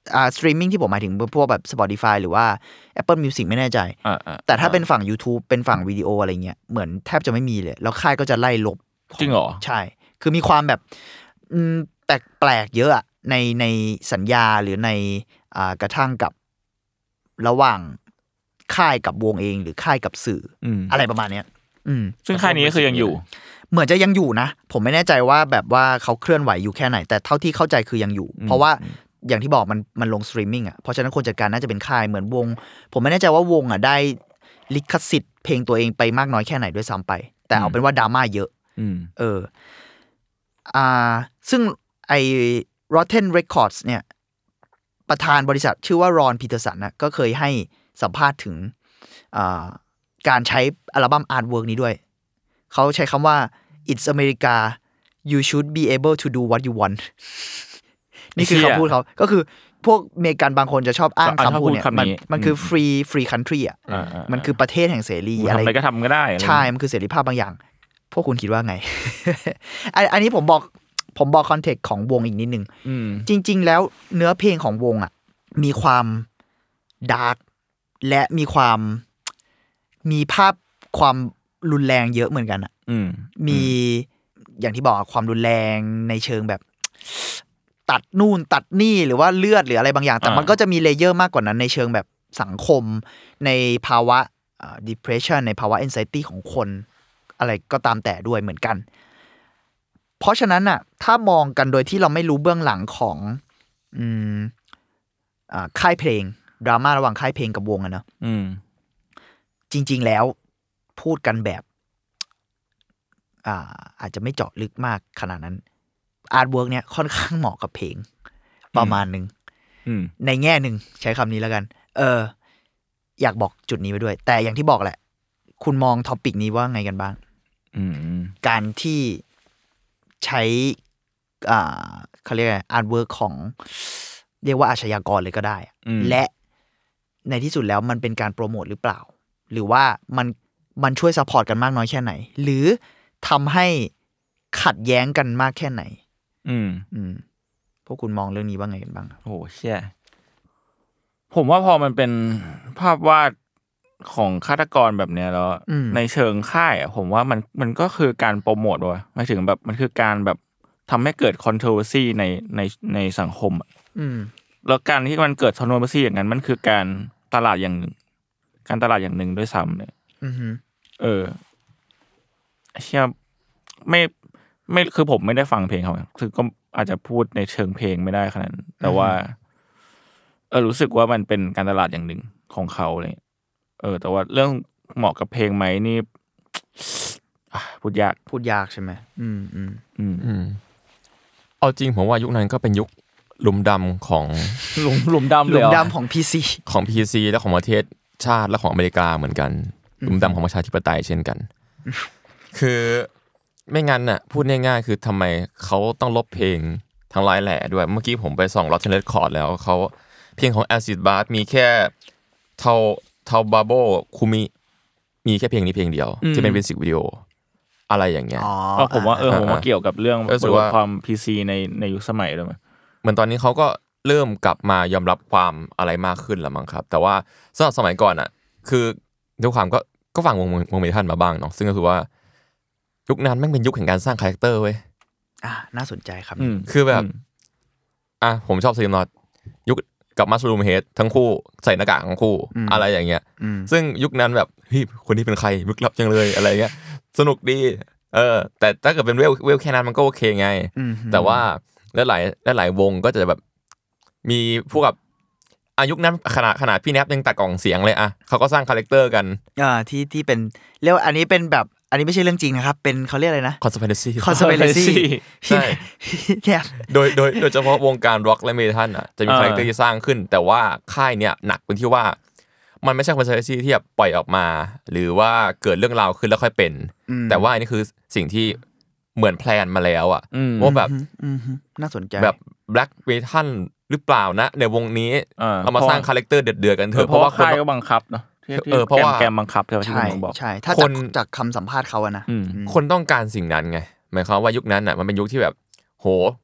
สตรีมมิ่งที่ผมหมายถึงพวกแบบ Spotify หรือว่า Apple Music ไม่แน่ใจแต่ถ้าเป็นฝั่ง YouTube เป็นฝั่งวิดีโออะไรเงี้ยเหมือนแทบจะไม่มีเลยแล้วค่ายก็จะไล่ลบจริงเหรอใช่คือมีความแบบแปลกๆเยอะในสัญญาหรือในกระทั่งกับระหว่างค่ายกับวงเองหรือค่ายกับสื่ออะไรประมาณเนี้ยซึ่งค่ายนี้ก็คือยังอยู่เหมือนจะยังอยู่นะผมไม่แน่ใจว่าแบบว่าเขาเคลื่อนไหวอยู่แค่ไหนแต่เท่าที่เข้าใจคือยังอยู่เพราะว่าอย่างที่บอกมันลงสตรีมมิ่งอ่ะเพราะฉะนั้นคนจัดการน่าจะเป็นค่ายเหมือนวงผมไม่แน่ใจว่าวงอ่ะได้ลิขสิทธิ์เพลงตัวเองไปมากน้อยแค่ไหนด้วยซ้ำไปแต่เอาเป็นว่าดราม่าเยอะซึ่งไอ้ Rotten Records เนี่ยประธานบริษัทชื่อว่ารอนพีเตอร์สันนะก็เคยให้สัมภาษณ์ถึงการใช้อัลบั้มอาร์ตเวิร์กนี้ด้วยเขาใช้คำว่า It's America you should be able to do what you want นี่คือคำพูดเขาก็คือพวกอเมริกันบางคนจะชอบอ้างคำพูดเนี่ยมันคือ free country อ่ะมันคือประเทศแห่งเสรีอะไรก็ทำก็ได้ใช่มันคือเสรีภาพบางอย่างพวกคุณคิดว่าไง อันนี้ผมบอกคอนเทกต์ของวงอีกนิดนึงจริงๆแล้วเนื้อเพลงของวงอ่ะมีความดาร์กและมีภาพความรุนแรงเยอะเหมือนกันอ่ะมีอย่างที่บอกความรุนแรงในเชิงแบบตัดนู่นตัดนี่หรือว่าเลือดหรืออะไรบางอย่างแต่มันก็จะมีเลเยอร์มากกว่านั้นในเชิงแบบสังคมในภาวะdepression ในภาวะ anxiety ของคนอะไรก็ตามแต่ด้วยเหมือนกันเพราะฉะนั้นน่ะถ้ามองกันโดยที่เราไม่รู้เบื้องหลังของค่ายเพลงดราม่าระหว่างค่ายเพลงกับวงอะเนาะจริงๆแล้วพูดกันแบบอาจจะไม่เจาะลึกมากขนาดนั้นอาร์ตเวิร์กเนี่ยค่อนข้างเหมาะกับเพลงประมาณนึงในแง่นึงใช้คำนี้แล้วกันอยากบอกจุดนี้ไว้ด้วยแต่อย่างที่บอกแหละคุณมองท็อปิกนี้ว่าไงกันบ้างการที่ใช้เขาเรียกอาร์ตเวิร์กของเรียกว่าอาชญากรเลยก็ได้และในที่สุดแล้วมันเป็นการโปรโมทหรือเปล่าหรือว่ามันช่วยซัพพอร์ตกันมากน้อยแค่ไหนหรือทำให้ขัดแย้งกันมากแค่ไหนพวกคุณมองเรื่องนี้ว่าไงกันบ้างโอ้เชี่ยผมว่าพอมันเป็นภาพวาดของฆาตกรแบบเนี้ยแล้วในเชิงค่ายผมว่ามันก็คือการโปรโมทว่ะหมายถึงแบบมันคือการแบบทำให้เกิด controversy ในสังคมแล้วการที่มันเกิด controversy อย่างนั้นมันคือการตลาดอย่างหนึ่งการตลาดอย่างหนึ่งด้วยซ้ำเนี่ยเชื่อไม่คือผมไม่ได้ฟังเพลงเขาคือก็อาจจะพูดในเชิงเพลงไม่ได้ขนาดนั้นแต่ว่ารู้สึกว่ามันเป็นการตลาดอย่างหนึ่งของเขาเลยแต่ว่าเรื่องเหมาะกับเพลงไหมนี่พูดยากใช่ไหมเอาจริงผมว่ายุคนั้นก็เป็นยุคหลุมดำของหลุมดำของ PC ของ PC และของประเทศชาติและของอเมริกาเหมือนกันหลุมดำของประชาธิปไตยเช่นกันคือไม่งั้นน่ะพูดง่ายๆคือทำไมเขาต้องลบเพลงทั้งหลายแหล่ด้วยเมื่อกี้ผมไปส่อง Rotten Records แล้วเขาเพลงของ Acid Bath มีแค่เท่าบาโบคุมิมีแค่เพลงนี้เพลงเดียวที่เป็นมิวสิกวิดีโออะไรอย่างเงี้ยผมว่าเกี่ยวกับเรื่องความ PC ในยุคสมัยด้วยมั้ยเหมือนตอนนี้เขาก็เริ่มกลับมายอมรับความอะไรมากขึ้นแล้วมั้งครับแต่ว่าสำหรับสมัยก่อนอ่ะคือด้วยความก็ฟังวงเมทัลมาบ้างเนาะซึ่งก็คือว่ายุคนั้นแม่งเป็นยุคแห่งการสร้างคาแรคเตอร์เว้ยน่าสนใจครับคือแบบผมชอบสลิมน็อตยุคกับมัสลูมเฮดทั้งคู่ใส่หน้ากากทั้งคู่อะไรอย่างเงี้ยซึ่งยุคนั้นแบบเฮ้ยคนนี้เป็นใครลึกลับจังเลยอะไรเงี้ยสนุกดีแต่ถ้าเกิดเป็นเวลแค่นั้นมันก็โอเคไงแต่ว่าหลายวงก็จะแบบมีพวกกับยุคนั้นขนาดพี่แนบยังตัดกล่องเสียงเลยเขาก็สร้างคาแรคเตอร์กันที่เป็นเรียกว่าอันนี้เป็นแบบอันนี้ไม่ใช่เรื่องจริงนะครับเป็นเขาเรียกอะไรนะ conspiracy ใช่โดยเฉพาะวงการร็อกและเมทัลจะมีคาแรคเตอร์ที่สร้างขึ้นแต่ว่าค่ายเนี่ยหนักเป็นที่ว่ามันไม่ใช่ conspiracy ที่แบบปล่อยออกมาหรือว่าเกิดเรื่องราวขึ้นแล้วค่อยเป็นแต่ว่าอันนี้คือสิ่งที่เหมือนแพลนมาแล้วว่าแบบน่าสนใจแบบ black metal หรือเปล่านะในวงนี้เรามาสร้างคาแรคเตอร์เดือดๆกันเถอะเพราะว่าค่ายก็บังคับเนาะเพราะว่าแกมบังคับที่ผมบอกใช่ถ้าจากคำสัมภาษณ์เขานะคนต้องการสิ่งนั้นไงหมายความว่ายุคนั้นมันเป็นยุคที่แบบโห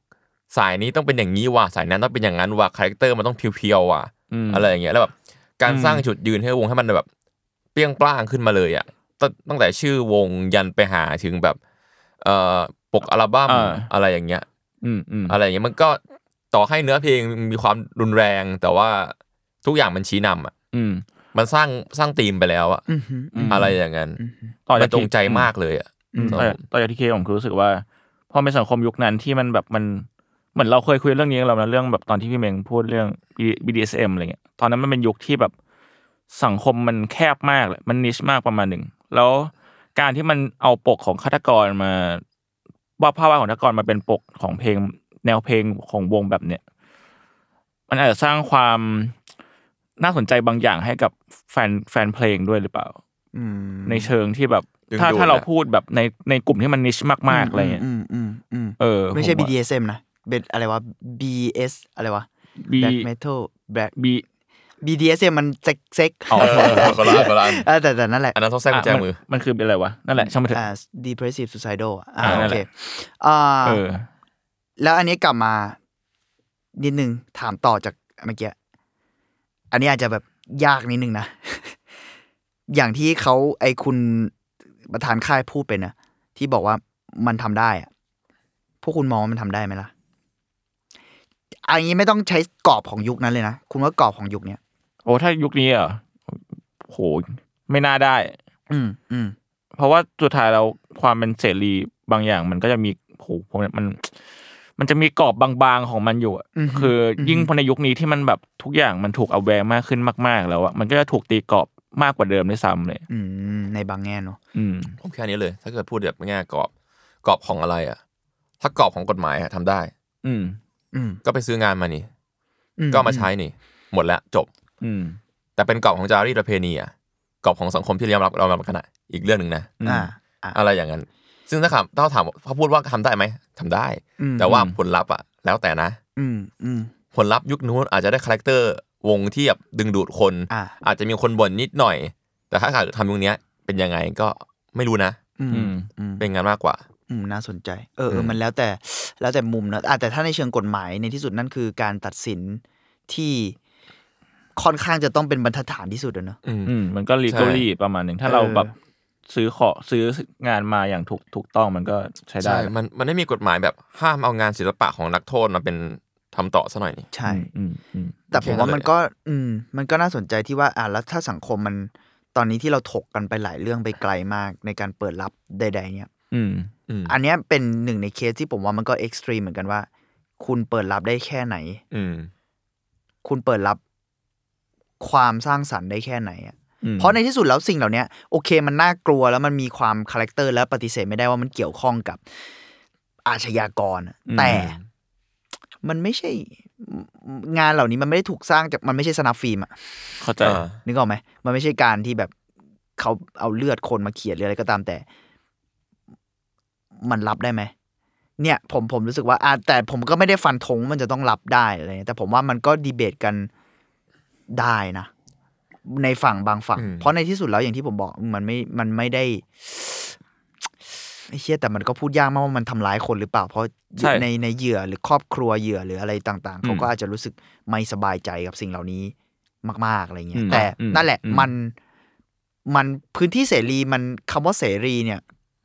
สายนี้ต้องเป็นอย่างนี้ว่ะสายนั้นต้องเป็นอย่างนั้นว่ะคาแรคเตอร์มันต้องเพียวๆว่ะอะไรอย่างเงี้ยแล้วแบบการสร้างจุดยืนให้วงให้มันแบบเปรี้ยงปร้างขึ้นมาเลยอ่ะตั้งแต่ชื่อวงยันไปหาถึงแบบปกอัลบั้มอะไรอย่างเงี้ยอะไรอย่างเงี้ยมันก็ต่อให้เนื้อเพลงมีความรุนแรงแต่ว่าทุกอย่างมันชี้นำอ่ะมันสร้างธีมไปแล้วอ่ะอะไรอย่างนั้นมันตรงใจมากเลยอ่ะต่อจากที่เคผมรู้สึกว่าพอในสังคมยุคนั้นที่มันแบบมันเหมือนเราเคยคุยเรื่องนี้เรานะเรื่องแบบตอนที่พี่เมงพูดเรื่อง BDSM อะไรเงี้ยตอนนั้นมันเป็นยุคที่แบบสังคมมันแคบมากเลยมันนิชมากประมาณหนึ่งแล้วการที่มันเอาปกของฆาตกรมาว่าภาพวาดของฆาตกรมาเป็นปกของเพลงแนวเพลงของวงแบบเนี้ยมันอาจจะสร้างความน่าสนใจบางอย่างให้กับแฟนเพลงด้วยหรือเปล่าในเชิงที่แบบถ้าเราพูดแบบในกลุ่มที่มันนิชมากๆอะไรเงี้ยไม่ใช่ BDSM นะเป็นอะไรวะ BS อะไรวะ Black Metal Black BDSM มันเซ็กคนละแต่นั่นแหละอันนั้นต้องแทรกกุญแจมือมันคือเป็นอะไรวะนั่นแหละช่างมันเถอะ depressive suicidal โอเคแล้วอันนี้กลับมานิดนึงถามต่อจากเมื่อกี้อันนี้อาจจะแบบยากนิดนึงนะ อย่างที่เขาไอ้คุณประธานค่ายพูดไปนะที่บอกว่ามันทำได้อะพวกคุณมองว่ามันทำได้ไหมล่ะอันนี้ไม่ต้องใช้กรอบของยุคนั้นเลยนะคุณว่ากรอบของยุคเนี้ยโอ้ถ้ายุคนี้อ่ะโหไม่น่าได้เพราะว่าสุดท้ายแล้วความเป็นเสรีบางอย่างมันก็จะมีโหมันจะมีกรอบบางๆของมันอยู่คือยิ่งในยุคนี้ที่มันแบบทุกอย่างมันถูกเอาแวร์มากขึ้นมากๆแล้วอ่ะมันก็จะถูกตีกรอบมากกว่าเดิมด้วยซ้ำเลยในบางแง่เนาะผมแค่นี้เลยถ้าเกิดพูดแบบแง่กรอบของอะไรอ่ะถ้ากรอบของกฎหมายทำได้ก็ไปซื้องานมานี่ก็มาใช้นี่หมดแล้วจบแต่เป็นกรอบของจารีตประเพณีอ่ะกรอบของสังคมที่ยอมรับขนาดอีกเรื่องนึงนะอะไรอย่างนั้นซึ่งถ้าถามเขาพูดว่าทำได้ไหมทำได้แต่ว่าผลลัพธ์อ่ะแล้วแต่นะผลลัพธ์ยุคนู้นอาจจะได้คาแรคเตอร์วงที่แบบดึงดูดคนอาจจะมีคนบ่นนิดหน่อยแต่ถ้าทำยุคนี้เป็นยังไงก็ไม่รู้นะเป็นงานมากกว่าน่าสนใจมันแล้วแต่มุมนะแต่ถ้าในเชิงกฎหมายในที่สุดนั่นคือการตัดสินที่ค่อนข้างจะต้องเป็นบรรทัดฐานที่สุดเนอะมันก็ลีกัลลี่ประมาณนึงถ้าเราแบบซื้องานมาอย่างถูกต้องมันก็ใช้ได้มันไม่มีกฎหมายแบบห้ามเอางานศิลปะของนักโทษมาเป็นทำต่อซะหน่อยนี่ใช่แต่ผมว่ามันก็น่าสนใจที่ว่าแล้วถ้าสังคมมันตอนนี้ที่เราถกกันไปหลายเรื่องไปไกลมากในการเปิดรับใดๆเนี่ยอันนี้เป็นหนึ่งในเคสที่ผมว่ามันก็เอ็กซ์ตรีมเหมือนกันว่าคุณเปิดรับได้แค่ไหนคุณเปิดรับความสร้างสรรค์ได้แค่ไหนเพราะในที่สุดแล้วสิ่งเหล่านี้โอเคมันน่ากลัวแล้วมันมีความคาแรคเตอร์และปฏิเสธไม่ได้ว่ามันเกี่ยวข้องกับอาชญากรแต่มันไม่ใช่งานเหล่านี้มันไม่ได้ถูกสร้างจากมันไม่ใช่สนับฟิล์มอ่ะเข้าใจนึกออกไหมมันไม่ใช่การที่แบบเขาเอาเลือดคนมาเขียนหรืออะไรก็ตามแต่มันรับได้ไหมเนี่ยผมรู้สึกว่าแต่ผมก็ไม่ได้ฟันธงมันจะต้องรับได้อะไรแต่ผมว่ามันก็ดีเบตกันได้นะในฝั่งบางฝั่งเพราะในที่สุดแล้วอย่างที่ผมบอกมันไม่ได้ไอ้เชี่ยแต่มันก็พูดยากมากว่ามันทำร้ายคนหรือเปล่าเพราะในเหยื่อหรือครอบครัวเหยื่อหรืออะไรต่างๆเขาก็อาจจะรู้สึกไม่สบายใจกับสิ่งเหล่านี้มากๆอะไรเงี้ยแต่นั่นแหละมันพื้นที่เสรีมันคำว่าเสรีเนี่ย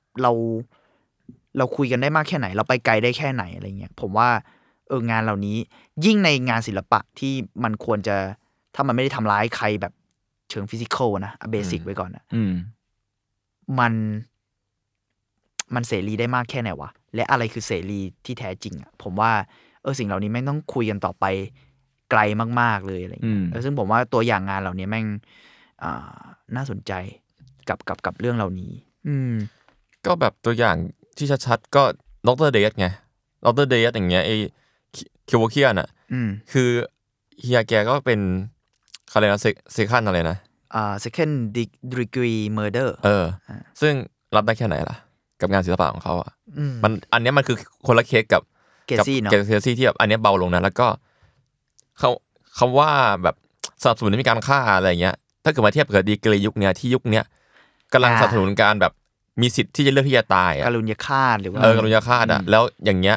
เราคุยกันได้มากแค่ไหนเราไปไกลได้แค่ไหนอะไรเงี้ยผมว่างานเหล่านี้ยิ่งในงานศิลปะที่มันควรจะถ้ามันไม่ได้ทำร้ายใครแบบเชิงฟิสิกอลนะเบสิกไว้ก่อนนะมันเสรีได้มากแค่ไหนวะและอะไรคือเสรีที่แท้จริงอ่ะผมว่าสิ่งเหล่านี้แม่งต้องคุยกันต่อไปไกลมากๆเลยอะไรอย่างเงี้ยซึ่งผมว่าตัวอย่างงานเหล่านี้แม่งน่าสนใจกับเรื่องเหล่านี้ก็แบบตัวอย่างที่ชัดๆก็ดร.เดธไงดร.เดธอย่างเงี้ยไอ้คิวโบเคียนอ่ะคือเฮียแกก็เป็นอะไรนะเซคันด์อะไรนะ second degree murder ซึ่งรับได้แค่ไหนล่ะกับงานศิลปะของเขาอ่ะมันอันนี้มันคือคนละเคสกับเกซี่เนาะเกซี่ที่แบบอันนี้เบาลงนะแล้วก็เขาว่าแบบสนับสนุนให้มีการฆ่าอะไรเงี้ยถ้าเกิดมาเทียบกับดีกรียุคเนี้ยที่ยุคเนี้ยกำลังสนับสนุนการแบบมีสิทธิ์ที่จะเลือกที่จะตายการุญยฆาตหรือว่าการุญยฆาตอ่ะแล้วอย่างเงี้ย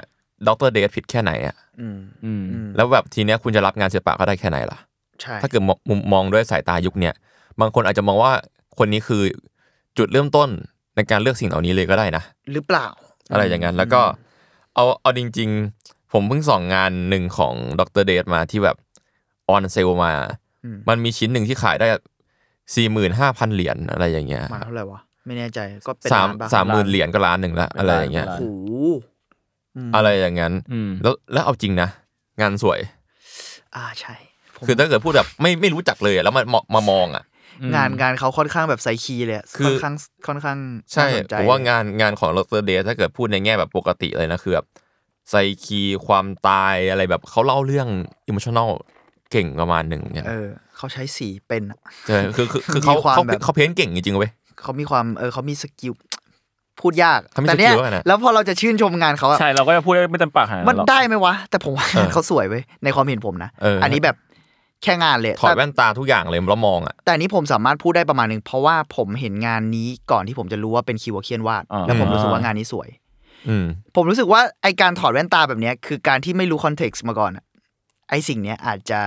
ดร.เดทผิดแค่ไหนอ่ะแล้วแบบทีเนี้ยคุณจะรับงานศิลปะก็ได้แค่ไหนล่ะถ้าเกิดมุมมองด้วยสายตายุคเนี้ยบางคนอาจจะมองว่าคนนี้คือจุดเริ่มต้นในการเลือกสิ่งเหล่านี้เลยก็ได้นะหรือเปล่าอะไรอย่างนั้นแล้วก็เอาจริงๆผมเพิ่งส่องงานหนึ่งของดร.เดทมาที่แบบออนเซลมามันมีชิ้นหนึ่งที่ขายได้ 45,000 เหรียญอะไรอย่างเงี้ยมาเท่าไหร่วะไม่แน่ใจก็เป็น 30,000 เหรียญก็ล้านหนึ่งละอะไรอย่างเงี้ยโอ้โหอะไรอย่างนั้นแล้วเอาจริงนะงานสวยใช่คือถ้าเกิดพูดแบบไม่รู้จักเลยแล้วมามองงานเขาค่อนข้างแบบไซคีเลยค่อนข้างใช่ผมว่างานของดร.เดทถ้าเกิดพูดในแง่แบบปกติเลยนะคือแบบไซคีความตายอะไรแบบเขาเล่าเรื่องอิโมชั่นแนลเก่งประมาณนึงเนี่ยเขาใช้สีเป็นใช่คือเขาเพ้นเก่งจริงๆเว้ยเขามีความเขามีสกิลพูดยากแต่เนี้ยแล้วพอเราจะชื่นชมงานเขาใช่เราก็จะพูดไม่เต็มปากมันได้ไหมวะแต่ผมว่าเขาสวยเว้ยในความเห็นผมนะอันนี้แบบแค่งานเลยถอดแว่นตาทุกอย่างเลยแล้วมองแต่อันนี้ผมสามารถพูดได้ประมาณนึงเพราะว่าผมเห็นงานนี้ก่อนที่ผมจะรู้ว่าเป็นคิวเคียนวาดแล้วผมรู้สึกว่างานนี้สวยผมรู้สึกว่าไอการถอดแว่นตาแบบนี้คือการที่ไม่รู้คอนเท็กซ์มาก่อนไอสิ่งเนี้ยอาจจะ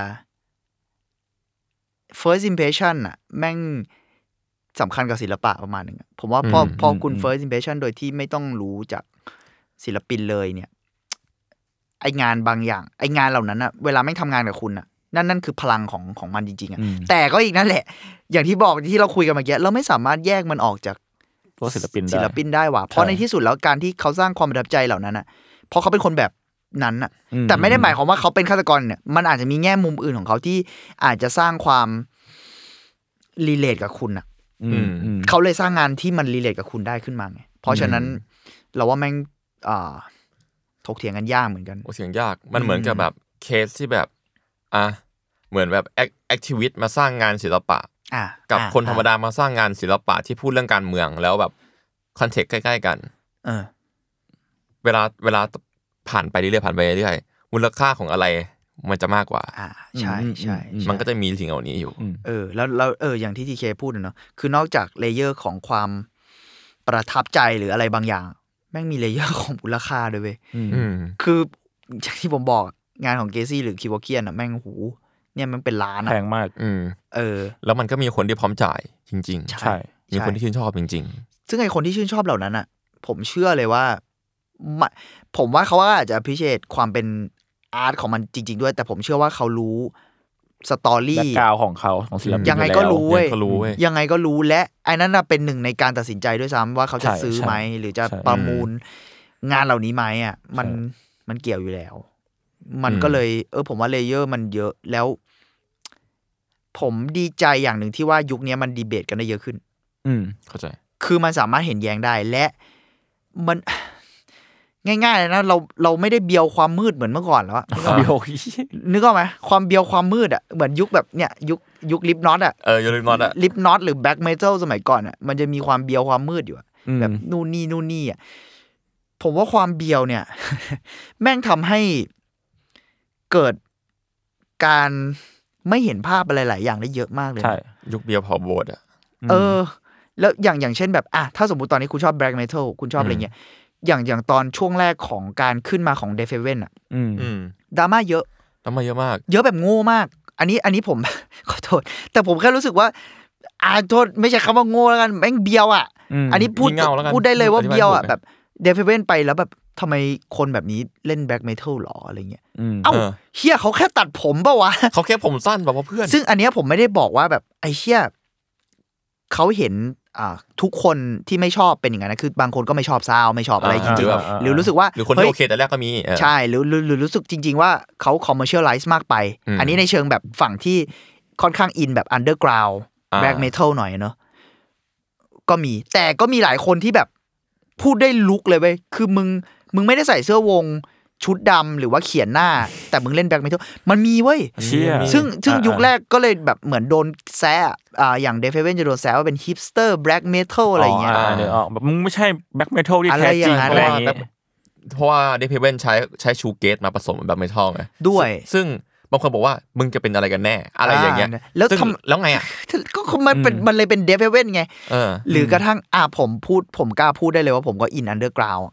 first impression แม่งสำคัญกับศิลปะประมาณนึงผมว่าพอคุณ first impression โดยที่ไม่ต้องรู้จากศิลปินเลยเนี่ยไองานบางอย่างไองานเหล่านั้นเวลาแม่งทำงานกับคุณนั่นคือพลังของมันจริงๆแต่ก็อีกนั่นแหละอย่างที่บอกที่เราคุยกันเมื่อกี้เราไม่สามารถแยกมันออกจากศิลปินได้ว่ะเพราะในที่สุดแล้วการที่เขาสร้างความประทับใจเหล่านั้นเพราะเขาเป็นคนแบบนั้นแต่ไม่ได้หมายความว่าเขาเป็นฆาตกรเนี่ยมันอาจจะมีแง่มุมอื่นของเขาที่อาจจะสร้างความรีเลทกับคุณเขาเลยสร้างงานที่มันรีเลทกับคุณได้ขึ้นมาไงเพราะฉะนั้นเราว่าแม่งถกเถียงกันยากเหมือนกันเถียงยากมันเหมือนกับแบบเคสที่แบบเหมือนแบบแอคทิวิสต์มาสร้างงานศิลปะกับคนธรรมดามาสร้างงานศิลปะที่พูดเรื่องการเมืองแล้วแบบคอนเทกต์ใกล้ๆกันเวลาผ่านไปเรื่อยๆมูลค่าของอะไรมันจะมากกว่าใช่มันก็จะมีสิ่งเหล่านี้อยู่แล้วอย่างที่ทีเคพูดเนาะคือนอกจากเลเยอร์ของความประทับใจหรืออะไรบางอย่างแม่งมีเลเยอร์ของมูลค่าด้วยเว้ยคืออย่างที่ผมบอกงานของเกซี่หรือคิวเคียนแม่งหูเนี่ยมันเป็นล้านแพงมากแล้วมันก็มีคนที่พร้อมจ่ายจริงๆใช่มีคนที่ชื่นชอบจริงๆซึ่งไอคนที่ชื่นชอบเหล่านั้นผมเชื่อเลยว่าผมว่าเขาอาจจะ appreciate ความเป็นอาร์ตของมันจริงๆด้วยแต่ผมเชื่อว่าเขารู้สตอรี่แบ็คกราวด์ของเขาของศิลปินยังไงก็รู้ยังไงก็รู้และไอ้นั้นเป็นหนึ่งในการตัดสินใจด้วยซ้ำว่าเขาจะซื้อไหมหรือจะประมูลงานเหล่านี้ไหมมันเกี่ยวอยู่แล้วมันก็เลยผมว่าเลเยอร์มันเยอะแล้วผมดีใจอย่างหนึ่งที่ว่ายุคนี้มันดีเบตกันได้เยอะขึ้นเข้าใจคือมันสามารถเห็นแย้งได้และมันง่ายๆเลยนะเราไม่ได้เบียวความมืดเหมือนเมื่อก่อนแล้วเบียวนึกออกไหมความเบียวความมืดเหมือนยุคแบบเนี่ยยุคลิปน็อตยุคลิปน็อตลิปน็อตหรือแบล็คเมทัลสมัยก่อนมันจะมีความเบียวความมืดอยู่แบบนู่นนี่ผมว่าความเบียวเนี่ยแม่งทำให้เกิดการไม่เห็นภาพอะไรหลายอย่างได้เยอะมากเลยใช่ยุคเบียวเผาโบสถ์แล้วอย่างเช่นแบบถ้าสมมุติตอนนี้คุณชอบแบล็คเมทัลคุณชอบอะไรเงี้ยอย่างตอนช่วงแรกของการขึ้นมาของ Death Heaven ดราม่าเยอะมากเยอะแบบโง่มากอันนี้ผม ขอโทษแต่ผมแค่รู้สึกว่าโทษไม่ใช่คำว่าโง่แล้วกันแม่งเบียวอันนี้พูดได้เลยว่าเบียวแบบ Death Heaven ไปแล้วแบบทำไมคนแบบนี้เล่นแบล็คเมทัลหรออะไรเงี้ยเฮียเขาแค่ตัดผมป่ะวะเขาแค่ผมสั้นแบบว่าเพื่อนซึ่งอันเนี้ยผมไม่ได้บอกว่าแบบไอ้เฮียเขาเห็นทุกคนที่ไม่ชอบเป็นอย่างนั้นนะคือบางคนก็ไม่ชอบซาวไม่ชอบอะไรจริงๆหรือรู้สึกว่าหรือคนที่โอเคแต่แรกก็มีใช่หรือรู้สึกจริงๆว่าเขา commercialize มากไปอันนี้ในเชิงแบบฝั่งที่ค่อนข้างอินแบบ underground black metal หน่อยเนาะก็มีแต่ก็มีหลายคนที่แบบพูดได้ลุกเลยเว้ยคือมึงไม่ได้ใส่เสื้อวงชุดดำหรือว่าเขียนหน้าแต่มึงเล่นแบล็คเมทัลมันมีเว้ยซึ่งยุคแรกก็เลยแบบเหมือนโดนแซะอย่าง Death Heaven จะโดนแซะว่าเป็นฮิปสเตอร์แบล็คเมทัลอะไรอย่างเงี้ยแบบมึงไม่ใช่แบล็คเมทัลที่แท้จริงอะไรอย่างเงี้ยเพราะว่า Death Heaven ใช้ชูเกตมาผสมแบล็คเมทัลไงด้วยซึ่งบางคนบอกว่ามึงจะเป็นอะไรกันแน่อะไรอย่างเงี้ยแล้วไงก็มันเลยเป็น Death Heaven ไงหรือกระทั่งผมกล้าพูดได้เลยว่าผมก็อิน underground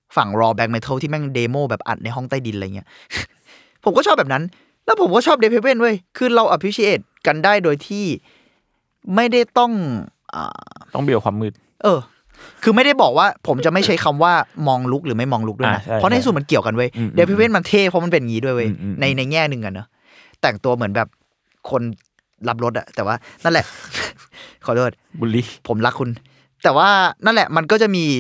ฝั่ง raw black metal ที่แม่งเดโมแบบอัดในห้องใต้ดินอะไรเงี้ย ผมก็ชอบแบบนั้นแล้วผมก็ชอบ Death Heaven เว้ยคือเรา appreciate กันได้โดยที่ไม่ได้ต้องเบี่ยวความมืดคือไม่ได้บอกว่าผมจะไม่ใช้คำว่ามองลุกหรือไม่มองลุกด้วยนะเพราะในส่วนมันเกี่ยวกันเว้ย Death Heaven มันเท่เพราะมันเป็นอย่างงี้ด้วยเว้ยในแง่นึงอะเนอะแต่งตัวเหมือนแบบคนรับรถอะแต่ว่านั่นแหละ ขอโทษบุลลี่ผมรักคุณแต่ว่านั่นแหละมันก็จะมี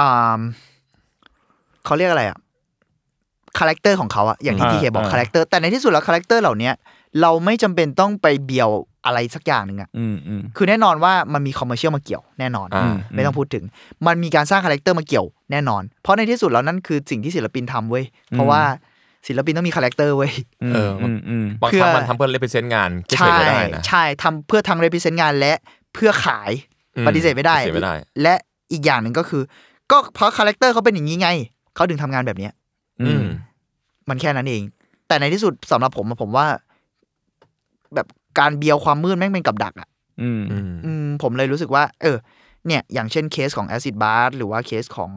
เขาเรียกอะไรอะคาแรคเตอร์ของเขาอะอย่างที่ทีเคบอกคาแรคเตอร์แต่ในที่สุดแล้วคาแรคเตอร์เหล่านี้เราไม่จำเป็นต้องไปเบียวอะไรสักอย่างนึงอะคือแน่นอนว่ามันมีคอมเมอร์เชียลมาเกี่ยวแน่นอนไม่ต้องพูดถึงมันมีการสร้างคาแรคเตอร์มาเกี่ยวแน่นอนเพราะในที่สุดแล้วนั่นคือสิ่งที่ศิลปินทำเว้ยเพราะว่าศิลปินต้องมีคาแรคเตอร์เว้ยบางครั้งมันทำเพื่อ represent งานเฉยๆไม่ได้นะใช่ทำเพื่อrepresent งานและเพื่อขายปฏิเสธไม่ได้และอีกอย่างหนึ่งก็คือก็เพราะคาแรคเตอร์เขาเป็นอย่างนี้ไงเขาถึงทำงานแบบนี้มันแค่นั้นเองแต่ในที่สุดสำหรับผมว่าแบบการเบียวความมืดแม่งเป็นกับดักอ่ะผมเลยรู้สึกว่าเนี่ยอย่างเช่นเคสของ Acid Bath หรือว่าเคสของ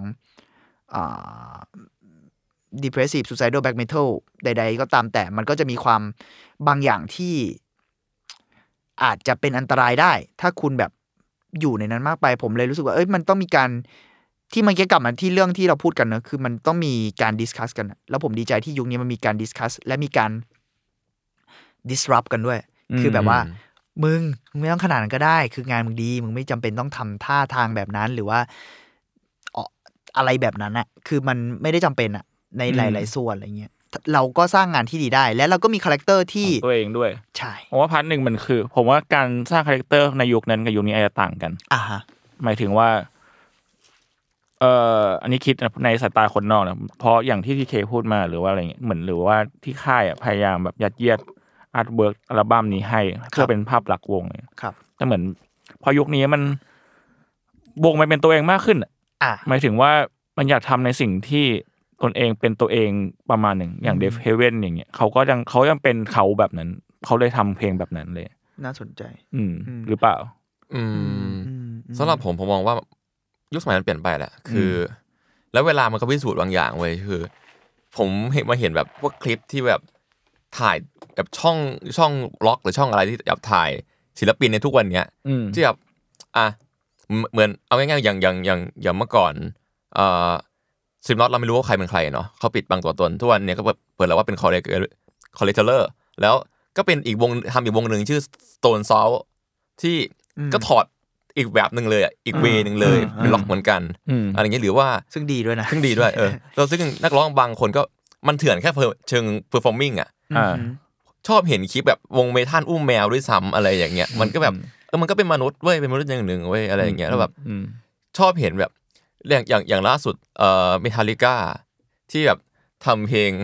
depressive suicidal black metal ใดๆก็ตามแต่มันก็จะมีความบางอย่างที่อาจจะเป็นอันตรายได้ถ้าคุณแบบอยู่ในนั้นมากไปผมเลยรู้สึกว่ามันต้องมีการที่มันกลับมาที่เรื่องที่เราพูดกันนะคือมันต้องมีการดิสคัสกันแล้วผมดีใจที่ยุคนี้มันมีการดิสคัสและมีการ disrupt กันด้วยคือแบบว่ามึงไม่ต้องขนาดนั้นก็ได้คืองานมึงดีมึงไม่จำเป็นต้องทำท่าทางแบบนั้นหรือว่าอะไรแบบนั้นน่ะคือมันไม่ได้จำเป็นอ่ะในหลายๆส่วนอะไรเงี้ยเราก็สร้างงานที่ดีได้และเราก็มีคาแรคเตอร์ที่ตัวเองด้วยใช่ผมว่าพาร์ทนึงมันคือผมว่าการสร้างคาแรคเตอร์ในยุคนั้นกับยุคนี้อาจจะต่างกันฮะหมายถึงว่าอันนี้คิดในสายตาคนนอกนะเพราะอย่างที่เคพูดมาหรือว่าอะไรเงี้ยเหมือนหรือว่าที่ค่ายพยายามแบบยัดเยียดอาร์ตเวิร์กอัลบั้มนี้ให้เพื่อเป็นภาพลักษณ์วงเลยครับแต่เหมือนพอยุคนี้มันวงมันเป็นตัวเองมากขึ้นหมายถึงว่ามันอยากทำในสิ่งที่ตนเองเป็นตัวเองประมาณหนึ่งอย่าง Death Heaven อย่างเงี้ยเขายังเป็นเขาแบบนั้นเขาเลยทำเพลงแบบนั้นเลยน่าสนใจหรือเปล่าสำหรับผมมองว่ายุคสมัยมันเปลี่ยนไปแหละคือแล้วเวลามันก็พิสูจน์บางอย่างเว้ยคือผมเห็นแบบพวกคลิปที่แบบถ่ายแบบช่องล็อกหรือช่องอะไรที่แบบถ่ายศิลปินในทุกวันเนี้ยที่แบบเหมือนเอาง่ายๆอย่างเมื่อก่อนซิมน็อตเราไม่รู้ว่าใครเป็นใครเนาะเขาปิดบังตัวตนทุกวันเนี้ยก็เปิดแล้วว่าเป็นคอลเลกเตอร์แล้วก็เป็นอีกวงทำอีกวงนึงชื่อ Stone Sour ที่ก็ถอดอีกแบบนึงเลยอีกเวนึงเลยเป็นล็อกเหมือนกันอะไรเงี้ยหรือว่าซึ่งดีด้วยนะซึ่งดีด้วยแล้วซึ่งนักร้องบางคนก็มันเถื่อนแค่เชิง performing ชอบเห็นคลิปแบบวงเมทัลอุ้มแมวด้วยซ้ำอะไรอย่างเงี้ยมันก็แบบมันก็เป็นมนุษย์เว้ยเป็นมนุษย์อย่างหนึ่งเว้ยอะไรอย่างเงี้ยแล้วแบบชอบเห็นแบบอย่างล่าสุดMetallica ที่แบบทำเพลง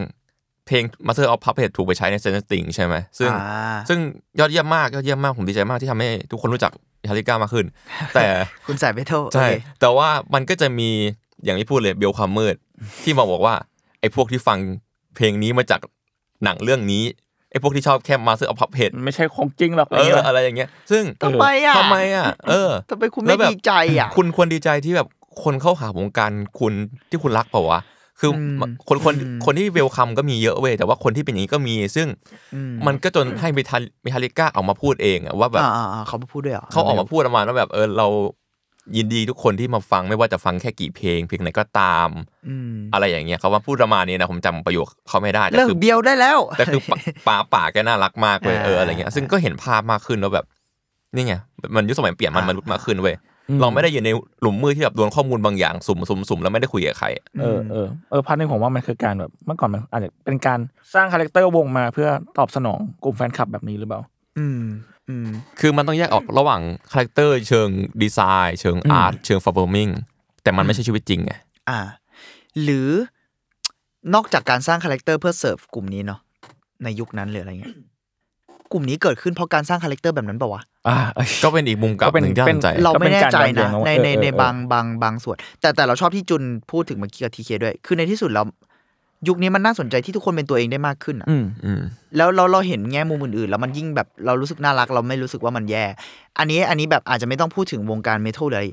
Master of Puppets ถูกไปใช้ใน Stranger Things ใช่ไหมซึ่งยอดเยี่ยมมากผมดีใจมากที่ทำให้ทุกคนรู้จักMetallica มากขึ้นแต่คุณใส่เมทัลใช่แต่ว่ามันก็จะมีอย่างที่พูดเลยเบลความมืดที่มาบอกว่าไอ้พวกที่ฟังเพลงนี้มาจากหนังเรื่องนี้ไอ้พวกที่ชอบแค่ Master of Puppets ไม่ใช่ของจริงหรอกอะไรอย่างเงี้ยซึ่งทำไมอ่ะทำไมคุณไม่ดีใจอ่ะคุณควรดีใจที่แบบคนเข้าหาวงการคุณที่คุณรักเปล่าวะคือคนที่เวลคัมก็มีเยอะเว้ยแต่ว่าคนที่เป็นอย่างนี้ก็มีซึ่งมันก็จนให้เมทัลลิก้าออกมาพูดเองว่าแบบเขาพูดด้วยเหรอเขาออกมาพูดประมาณว่าแบบเรายินดีทุกคนที่มาฟังไม่ว่าจะฟังแค่กี่เพลงไหนก็ตามอะไรอย่างเงี้ยเขาว่าพูดประมาณนี้นะผมจำประโยคเขาไม่ได้แต่คือเบียวได้แล้วแต่คือป่าแกน่ารักมากเลยอะไรเงี้ยซึ่งก็เห็นภาพมากขึ้นแล้วแบบนี่ไงมันยุคสมัยเปลี่ยนมันมนุษย์มากขึ้นเว้ยเราไม่ได้อยู่ในหลุมมืดที่แบบโดนข้อมูลบางอย่างสุ่มแล้วไม่ได้คุยกับใครพาร์ทนึงผมว่ามันคือการแบบเมื่อก่อนมันอาจจะเป็นการสร้างคาแรคเตอร์วงมาเพื่อตอบสนองกลุ่มแฟนคลับแบบนี้หรือเปล่าคือมันต้องแยกออกระหว่างคาแรคเตอร์เชิงดีไซน์เชิงอาร์ตเชิงเฟอร์มิงแต่มันไม่ใช่ชีวิตจริงไงหรือนอกจากการสร้างคาแรคเตอร์เพื่อเสิร์ฟกลุ่มนี้เนาะในยุคนั้นหรืออะไรเงี้ยกลุ่มนี้เกิดขึ้นเพราะการสร้างคาแรคเตอร์แบบนั้นป่าววะก็เป็นอีกมุมกลับนึงที่น่าสนใจเราไม่แน่ใจนะในบางส่วนแต่เราชอบที่จุนพูดถึงเมื่อกี้กับทีเคด้วยคือในที่สุดแล้วยุคนี้มันน่าสนใจที่ทุกคนเป็นตัวเองได้มากขึ้นแล้วเราเห็นแง่มุมอื่นๆแล้วมันยิ่งแบบเรารู้สึกน่ารักเราไม่รู้สึกว่ามันแย่อันนี้แบบอาจจะไม่ต้องพูดถึงวงการเมทัลเลย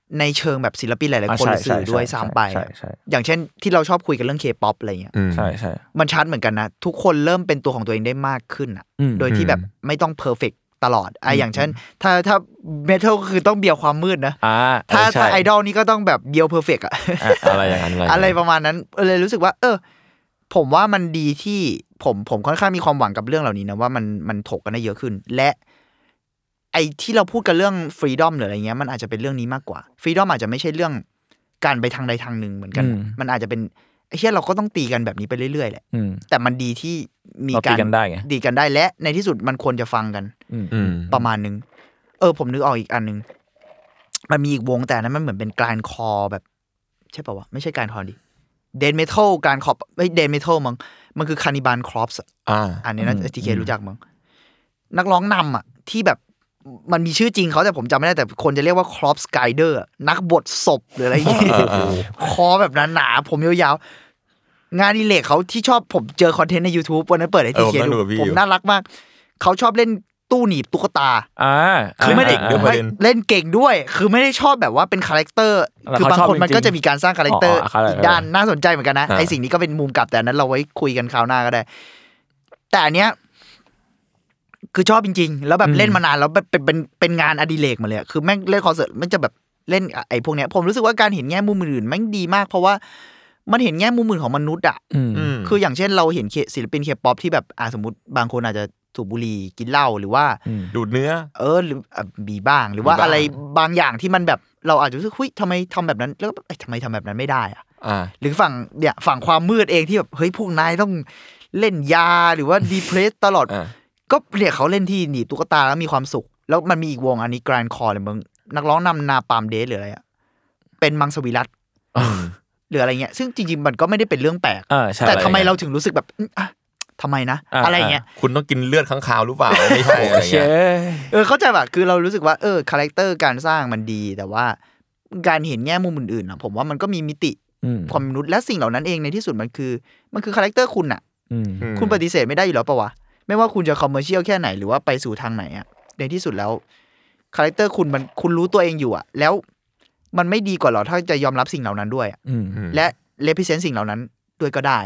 ในเชิงแบบศิลปินหลายๆคนสื่อด้วยซ้ำไปอย่างเช่นที่เราชอบคุยกันเรื่อง K-pop อะไรเงี้ยใช่มันชัดเหมือนกันนะทุกคนเริ่มเป็นตัวของตัวเองได้มากขึ้นอ่ะโดยที่แบบไม่ต้องเพอร์เฟคตลอดอย่างเช่นถ้าเมทัลคือต้องเบียวความมืดนะถ้าไอดอลนี่ก็ต้องแบบเบียวเพอร์เฟคอะอะไรอย่างนั้นอะไรประมาณนั้นเลยรู้สึกว่าผมว่ามันดีที่ผมค่อนข้างมีความหวังกับเรื่องเหล่านี้นะว่ามันถกกันได้เยอะขึ้นและไอ้ที่เราพูดกันเรื่องฟรีดอมหรืออะไรเงี้ยมันอาจจะเป็นเรื่องนี้มากกว่าฟรีดอมอาจจะไม่ใช่เรื่องการไปทางใดทางหนึ่งเหมือนกันมันอาจจะเป็นไอ้เหี้ยเราก็ต้องตีกันแบบนี้ไปเรื่อยๆแหละแต่มันดีที่มีการตีกันได้และในที่สุดมันควรจะฟังกันประมาณนึงผมนึกออกอีกอันนึงมันมีอีกวงแต่นั้นมันเหมือนเป็นการคอแบบใช่ป่าววะไม่ใช่การคอดิเดนเมทัลการคอไม่เดนเมทัลมั้งมันคือคานิบาลครอปส์อันนี้นะทีเครู้จักมั้งนักร้องนำอ่ะที่แบบมันมีชื่อจริงเขาแต่ผมจำไม่ได้แต่คนจะเรียกว่าครอปส์ไกเดอร์นักบดศพหรืออะไรอย่างเงี้ยคอแบบหนาๆผมยาวๆงานดิเลกเขาที่ชอบผมเจอคอนเทนต์ใน YouTube วันนั้นเปิดให้ทีเคดูผมน่ารักมากเขาชอบเล่นตู้หนีบตุ๊กตาคือไม่ได้เล่นเก่งด้วยคือไม่ได้ชอบแบบว่าเป็นคาแรคเตอร์คือบางคนมันก็จะมีการสร้างคาแรคเตอร์อีกด้านน่าสนใจเหมือนกันนะไอ้สิ่งนี้ก็เป็นมุมกลับแต่นั้นเราไว้คุยกันคราวหน้าก็ได้แต่อันเนี้ยคือชอบจริงๆแล้วแบบเล่นมานานแล้วเป็นงานอดิเรกมาเลยคือแม่งเล่นคอนเสิร์ตมันจะแบบเล่นไอ้พวกเนี้ยผมรู้สึกว่าการเห็นแง่มุมอื่นแม่งดีมากเพราะว่ามันเห็นแง่มุมอื่นของมนุษย์อ่ะคืออย่างเช่นเราเห็นศิลปินเคป๊อปที่แบบสมมติบางคนอาจจะสูบบุหรี่กินเหล้าหรือว่าดูดเนื้อหรือบีบ้างหรือว่าอะไรบางอย่างที่มันแบบเราอาจจะรู้สึกเฮ้ยทำไมทำแบบนั้นแล้วทำไมทำแบบนั้นไม่ได้อ่ะหรือฝั่งความมืดเองที่แบบเฮ้ยพวกนายต้องเล่นยาหรือว่าดีเพรสตลอดก็เนี่ยเขาเล่นที่หนีบตุ๊กตาแล้วมีความสุขแล้วมันมีอีกวงอันนี้แกรนด์คอร์เลยมึงนักร้องนำนาปามเดสหรืออะไรอ่ะเป็นมังสวิรัตหรืออะไรเงี้ยซึ่งจริงๆมันก็ไม่ได้เป็นเรื่องแปลกแต่ทำไมเราถึงรู้สึกแบบทำไมนะอะไรเงี้ยคุณต้องกินเลือดค้างคาวหรือเปล่าไม่ใช่อะไรเงี้ยเข้าใจป่ะคือเรารู้สึกว่าคาแรคเตอร์การสร้างมันดีแต่ว่าการเห็นแง่มุมอื่นๆอ่ะผมว่ามันก็มีมิติความมนุษย์และสิ่งเหล่านั้นเองในที่สุดมันคือคาแรคเตอร์คุณอ่ะคุณปฏิเสธไม่ได้อยู่แล้วป่ะวะไม่ว่าคุณจะคอมเมอร์เชียลแค่ไหนหรือว่าไปสู่ทางไหนอ่ะในที่สุดแล้วคาแรคเตอร์คุณรู้ตัวเองอยู่อ่ะแล้วมันไม่ดีกว่าหรอถ้าจะยอมรับสิ่งเหล่านั้นด้วยและเรพรีเซนต์สิ่งเหล่านั้นด้วยก็ได้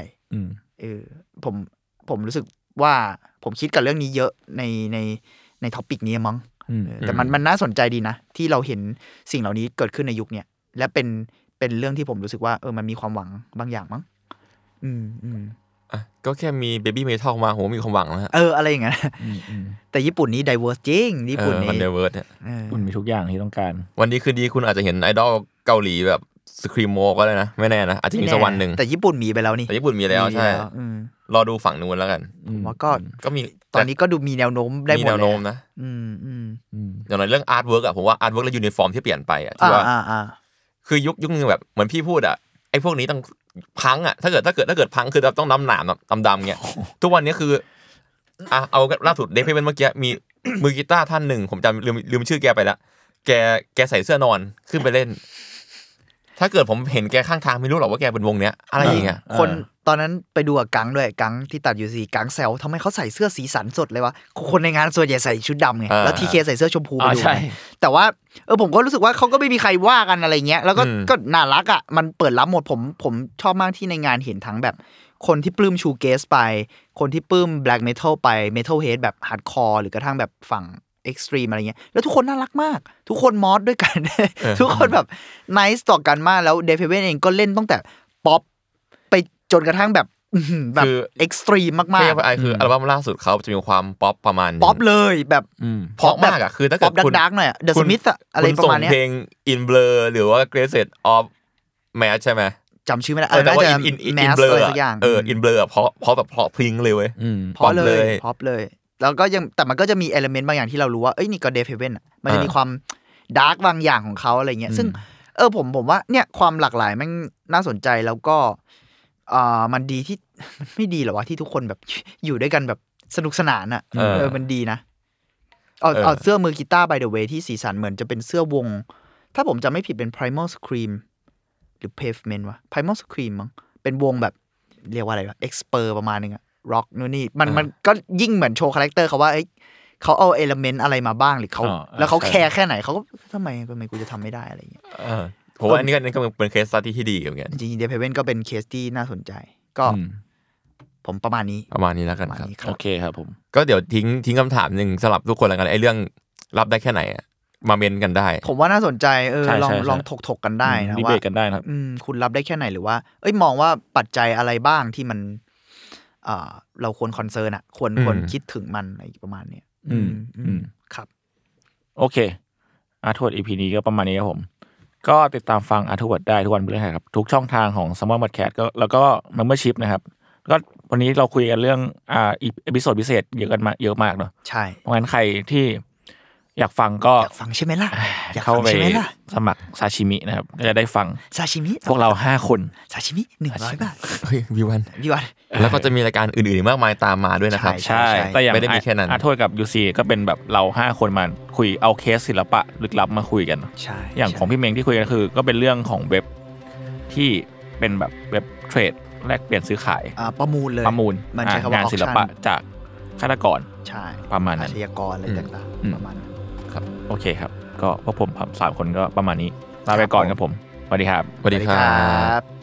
ผมรู้สึกว่าผมคิดกับเรื่องนี้เยอะในท็อปิกนี้มั้งแต่มันน่าสนใจดีนะที่เราเห็นสิ่งเหล่านี้เกิดขึ้นในยุคเนี้ยและเป็นเรื่องที่ผมรู้สึกว่ามันมีความหวังบางอย่างมั้งก็แค่มีเบบี้เมทัลมาโหมีความหวังแล้วอะไรอย่างเงี้ยแต่ญี่ปุ่นนี้ไดเวอร์สจริงญี่ปุ่นนี้มันไดเวอร์สเนี่ยคุณมีทุกอย่างที่ต้องการวันนี้คือดีคุณอาจจะเห็นไอดอลเกาหลีแบบสครีมโมก็ได้นะไม่แน่นะอาจจะมีสักวันนึงแต่ญี่ปุ่นมีไปแล้วนี่แต่ญี่ปุ่นมีแล้วใช่รอดูฝั่งนู้นแล้วกันว่าก็มีตอนนี้ก็ดูมีแนวโน้มได้หมดเลยมีแนวโน้มนะอย่างไรเรื่องอาร์ตเวิร์กผมว่าอาร์ตเวิร์กและยูนิฟอร์มที่เปลี่ยนไปที่ว่าคือยุคนึงแบบเหมือนพี่พูดไอ้พวกนี้ต้องพังถ้าเกิดพังคือต้องน้ำหนามดำๆเงี้ยทุกวันนี้คือเอาล่าสุดเดฟเพนเมื่อกี้มีมือกีตาร์ท่านหนึ่งผมจำลืมชื่อแกไปแล้วแกใส่เสื้อนอนขึ้นไปเล่นถ้าเกิดผมเห็นแกข้างทางไม่รู้หรอกว่าแกเป็นวงเนี้ยอะไรอย่างเงี้ยคนตอนนั้นไปดูกับกังด้วยกังที่ตัดอยู่กังแซวทำไมเขาใส่เสื้อสีสันสดเลยวะคนในงานส่วนใหญ่ใส่ชุดดำไงแล้วทีเคใส่เสื้อชมพูไปดูแต่ว่าผมก็รู้สึกว่าเขาก็ไม่มีใครว่ากันอะไรเงี้ยแล้วก็น่ารักมันเปิดรับหมดผมชอบมากที่ในงานเห็นทั้งแบบคนที่ปลื้มชูเกสไปคนที่ปลื้มแบล็กเมทัลไปเมทัลเฮดแบบฮาร์ดคอร์หรือกระทั่งแบบฝั่งเอ็กซ์ตรีมอะไรเงี้ยแล้วทุกคนน่ารักมากทุกคนมอสด้วยกัน ทุกคนแบบไนซ์ต่อกันมากแล้วเดฟเว่นเองก็เล่นตั้งแต่ป๊อปไปจนกระทั่งแบบเอ็กซ์ตรีมมากๆคืออัลบั้มล่าสุดเขาจะมีความป๊อปประมาณป๊อปเลยแบบเพราะมากคือถ้าเกิดคุณดักๆหน่อยเดอะสมิธอะไรประมาณนี้เพลง In Blur หรือว่า Graces of Mad ใช่ไหมจำชื่อไม่ได้แต่ว่า In Blur สักอย่างIn Blur เพราะแบบเพราะพริ้งเลยเว้ยเพราะเลยแล้วก็ยังแต่มันก็จะมีเอลิเมนต์บางอย่างที่เรารู้ว่านี่ก็เดฟเฮเว่นมันจะมีความดาร์กบางอย่างของเขาอะไรเงี้ยซึ่งผมว่าเนี่ยความหลากหลายมันน่าสนใจแล้วก็มันดีที่มันไม่ดีหรอวะที่ทุกคนแบบอยู่ด้วยกันแบบสนุกสนานมันดีนะเอาเสื้อมือกีตาร์ by the way ที่สีสันเหมือนจะเป็นเสื้อวงถ้าผมจำไม่ผิดเป็น Primal Scream หรือ Pavement วะ Primal Scream มั้งเป็นวงแบบเรียกว่าอะไรวะ expert ประมาณนึงร็อกนู่นนี่มันก็ยิ่งเหมือนโชว์คาแรคเตอร์เขาว่าเขาเอาเอลิเมนต์อะไรมาบ้างหรือเขาแล้วเขาแคร์แค่ไหนเขาก็ทำไมกูจะทำไม่ได้อะไรอย่างเงี้ยผมว่าอันนี้ก็เป็นเคสสตั๊ดดี้ที่ดีอย่างเงี้ยจริงๆ Dead Heaven ก็เป็นเคสที่น่าสนใจก็ผมประมาณนี้แล้วกันครับโอเคครับผมก็เดี๋ยวทิ้งคำถามนึงสำหรับทุกคนแล้วกันไอ้เรื่องรับได้แค่ไหนมาเมนกันได้ผมว่าน่าสนใจลองถกกันได้นะว่าดีเบตกันได้ครับคุณรับได้แค่ไหนหรือว่ามองว่าปัจจัยอะไรบ้างที่มันเราควรคอนเซิร์นอ่ะควรคิดถึงมันอะไรประมาณนี้ครับโอเคอาร์ทเวิร์ด EP นี้ก็ประมาณนี้ครับผมก็ติดตามฟังอาร์ทเวิร์ดได้ทุกวันพฤหัสครับทุกช่องทางของ Summer Podcast ก็แล้วก็ Membership นะครับก็วันนี้เราคุยกันเรื่องเอพิโซดพิเศษเยอะมากเนาะใช่เพราะงั้นใครที่อยากฟังก็อยากฟังใช่ไหมล่ะเข้าไปสมัครซาชิมินะครับก็จะได้ฟังซาชิมิพวกเรา5คนซาชิมิ100 บาทเฮ้ยวิวันแล้วก็จะมีรายการอื่นๆมากมายตามมาด้วยนะครับใช่แต่อย่างไม่ได้มีแค่นั้นอาร์ทเวิร์ดกับ UC ก็เป็นแบบเรา5คนมาคุยเอาเคสศิลปะลึกลับมาคุยกันใช่อย่างของพี่เมงที่คุยกันคือก็เป็นเรื่องของเว็บที่เป็นแบบเว็บเทรดแลกเปลี่ยนซื้อขายประมูลเลยมันใช้คำว่างานศิลปะจากฆาตกรใช่ประมาณนั้นอาชญากรอะไรต่างๆประมาณนั้นครับโอเคครับก็พวกผม3คนก็ประมาณนี้ลาไปก่อนครับผมสวัสดีครับสวัสดีครับ